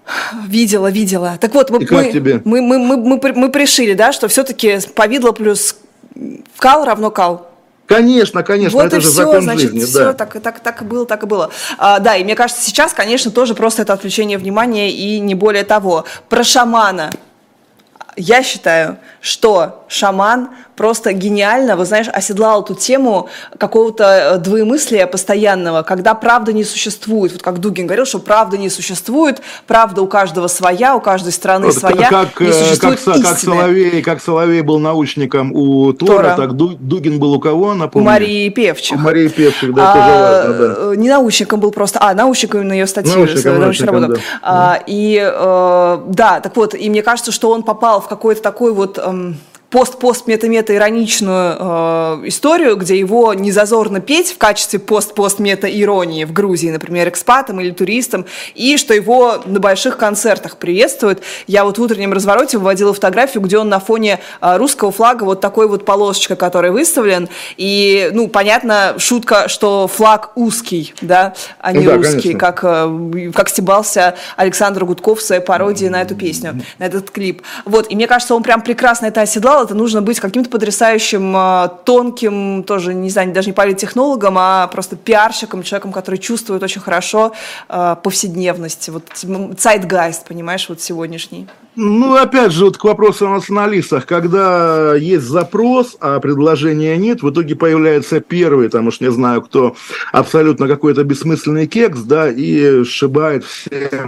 Видела, видела. Так вот, мы пришили, да, что все-таки повидло плюс кал равно кал. Конечно, конечно, вот это и же все, закон значит, жизни, все, да. так и было, так и было. Да, и мне кажется, сейчас, конечно, тоже просто это отвлечение внимания и не более того. Про шамана. Я считаю, что шаман просто гениально, вы знаешь, оседлал эту тему какого-то двоемыслия постоянного, когда правда не существует. Вот как Дугин говорил, что правда не существует, правда у каждого своя, у каждой страны Вот своя, не существует истины. Как Соловей был научником у Тора, так Дугин был у кого, напомню? У Марии Певчих. У Марии Певчих, да, тоже важно, да. Не научником был просто, научником на ее статью, научную работу. Да. Да, так вот, и мне кажется, что он попал в какой-то такой вот пост-пост-мета-мета-ироничную историю, где его не зазорно петь в качестве пост-пост-мета-иронии в Грузии, например, экспатам или туристам, и что его на больших концертах приветствуют. Я вот в утреннем развороте выводила фотографию, где он на фоне русского флага вот такой вот полосочкой, который выставлен, и, понятно, шутка, что флаг узкий, да, а не русский, как стебался Александр Гудков в своей пародии на эту песню, на этот клип. Вот, и мне кажется, он прям прекрасно это оседлал. Это нужно быть каким-то потрясающим, тонким, тоже, не знаю, даже не политтехнологом, а просто пиарщиком, человеком, который чувствует очень хорошо повседневность. Вот zeitgeist, понимаешь, вот сегодняшний. Опять же, вот к вопросу о националистах. Когда есть запрос, а предложения нет, в итоге появляется первый, там уж не знаю кто, абсолютно какой-то бессмысленный кекс, да, и сшибает все.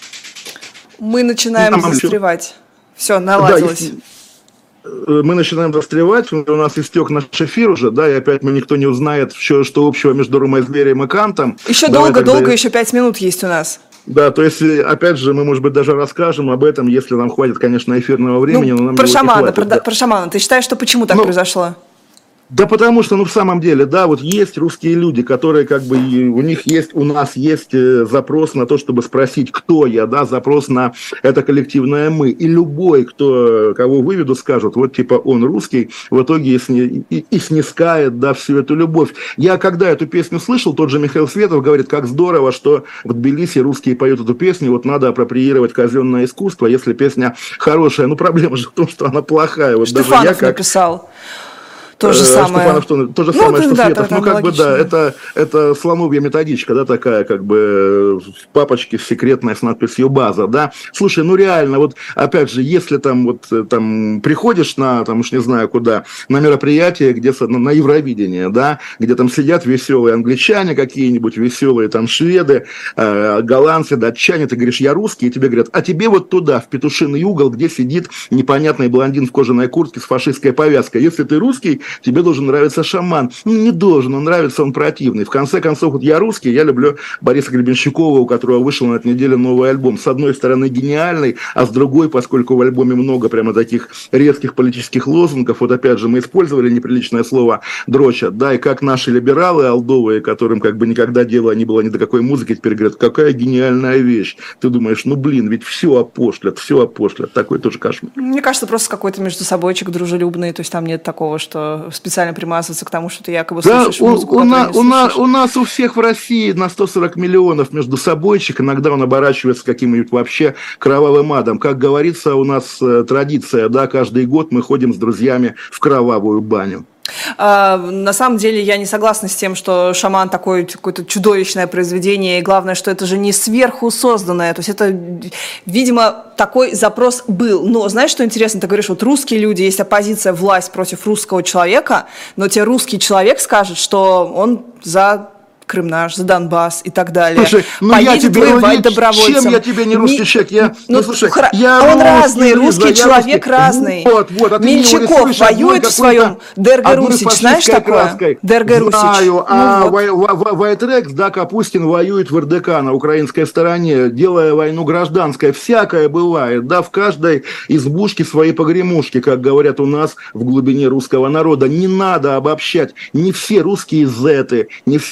Мы начинаем застревать. Все, наладилось. Мы начинаем застревать, у нас истек наш эфир уже, да, и опять никто не узнает, что общего между Румой-Зверем и Кантом. Еще долго, еще 5 минут есть у нас. Да, то есть, опять же, мы, может быть, даже расскажем об этом, если нам хватит, конечно, эфирного времени, но нам про шамана. Ты считаешь, что почему так произошло? Да потому что, в самом деле, да, вот есть русские люди, которые у нас есть запрос на то, чтобы спросить, кто я, да, запрос на это коллективное мы. И любой, кого выведу, скажут, вот типа он русский, в итоге и снискает, да, всю эту любовь. Я когда эту песню слышал, тот же Михаил Светов говорит, как здорово, что в Тбилиси русские поют эту песню, вот надо апроприировать казенное искусство, если песня хорошая. Проблема же в том, что она плохая. Вот Штефанов написал. То же самое. То же самое, что Светов. Это слоновья методичка, да, такая, в папочке секретная с надписью «База», да. Слушай, реально, вот, опять же, если там приходишь уж не знаю куда, на мероприятие, где на Евровидение, да, где там сидят веселые англичане какие-нибудь, веселые там шведы, голландцы, датчане, ты говоришь, я русский, и тебе говорят, а тебе вот туда, в петушиный угол, где сидит непонятный блондин в кожаной куртке с фашистской повязкой. Если ты русский, тебе должен нравиться шаман. Не должен, он нравится, он противный. В конце концов, вот я русский, я люблю Бориса Гребенщикова, у которого вышел на этой неделе новый альбом. С одной стороны гениальный, а с другой, поскольку в альбоме много прямо таких резких политических лозунгов, вот опять же мы использовали неприличное слово «дрочат», да, и как наши либералы алдовые, которым никогда дела не было ни до какой музыки, теперь говорят, какая гениальная вещь. Ты думаешь, ведь все опошлят. Такой тоже кошмар. Мне кажется, просто какой-то между собойчик дружелюбный, то есть там нет такого, что специально примазываться к тому, что ты якобы слушаешь музыку, у нас у всех в России на 140 миллионов между собойчик, иногда он оборачивается каким-нибудь вообще кровавым адом. Как говорится, у нас традиция, да, каждый год мы ходим с друзьями в кровавую баню. На самом деле я не согласна с тем, что «Шаман» такое какое-то чудовищное произведение, и главное, что это же не сверху созданное, то есть это, видимо, такой запрос был. Но знаешь, что интересно? Ты говоришь, вот русские люди, есть оппозиция, власть против русского человека, но тебе русский человек скажет, что он за Крым наш, за Донбасс и так далее. Слушай, я тебе воевать добровольцем. Чем я тебе не русский человек? Он разный, русский человек разный. Меньшиков воюет в своем Дерге Русич, знаешь такое? Дерге Русич. Знаю, Вайтрекс, да, Капустин воюет в РДК на украинской стороне, делая войну гражданской. Всякое бывает, да, в каждой избушке свои погремушки, как говорят у нас в глубине русского народа. Не надо обобщать. Не все русские зеты, не все русские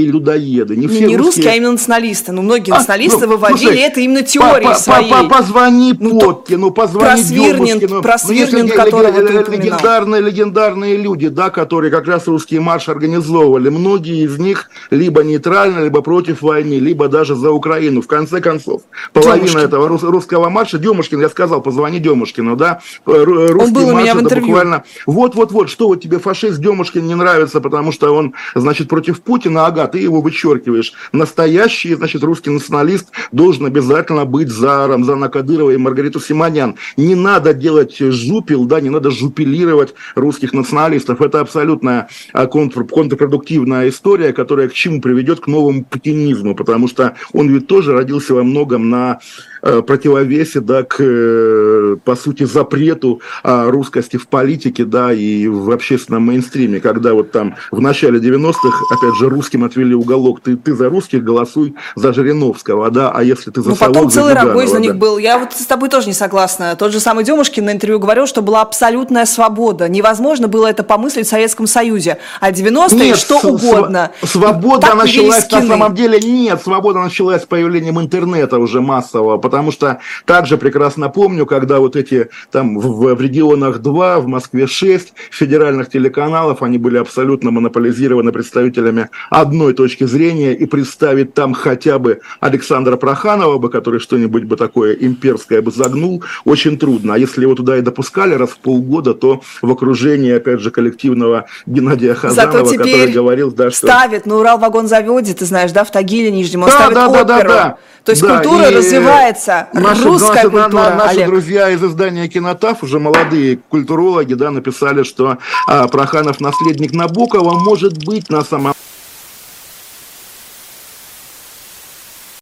людоеды. Не все не русские, а именно националисты. Ну, многие националисты выводили слушай, это именно теорией своей. Позвони Поткину, позвони Демушкину. Про Свирнин, которого ты упоминал. Легендарные люди, да, которые как раз русский марш организовывали. Многие из них либо нейтрально, либо против войны, либо даже за Украину. В конце концов, половина этого русского марша, Демушкин, я сказал, позвони Демушкину, да, русский он был у меня в интервью. Буквально... Вот, что вот тебе фашист Демушкин не нравится, потому что он, значит, против Путина, ага, ты его вычеркиваешь. Настоящий, значит, русский националист должен обязательно быть за Рамзана Кадырова и Маргариту Симонян. Не надо делать жупил, да, не надо жупилировать русских националистов. Это абсолютно контрпродуктивная история, которая к чему приведет? К новому путинизму, потому что он ведь тоже родился во многом на противовесе, да, к, по сути, запрету русскости в политике, да, и в общественном мейнстриме, когда вот там в начале 90-х, опять же, русским отвели уголок, ты за русских голосуй за Жириновского, да, а если ты за Совок, потом целый рабой за да. них был. Я вот с тобой тоже не согласна. Тот же самый Демушкин на интервью говорил, что была абсолютная свобода. Невозможно было это помыслить в Советском Союзе. А 90-е что угодно. Свобода началась на самом деле, нет, свобода началась с появлением интернета уже массового, потому что также прекрасно помню, когда вот эти там в регионах 2, в Москве 6 федеральных телеканалов, они были абсолютно монополизированы представителями одной точки зрения, и представить там хотя бы Александра Проханова, который что-нибудь бы такое имперское бы загнул, очень трудно. А если его туда и допускали раз в полгода, то в окружении, опять же, коллективного Геннадия Хазанова, который говорил, да, что... ставит на Урал-вагонзаводе, ты знаешь, да, в Тагиле Нижнем, он ставит оперу. То есть культура развивается, русская культура. Наши друзья из издания «Кинотаф», уже молодые культурологи, да, написали, что Проханов наследник Набокова, может быть, на самом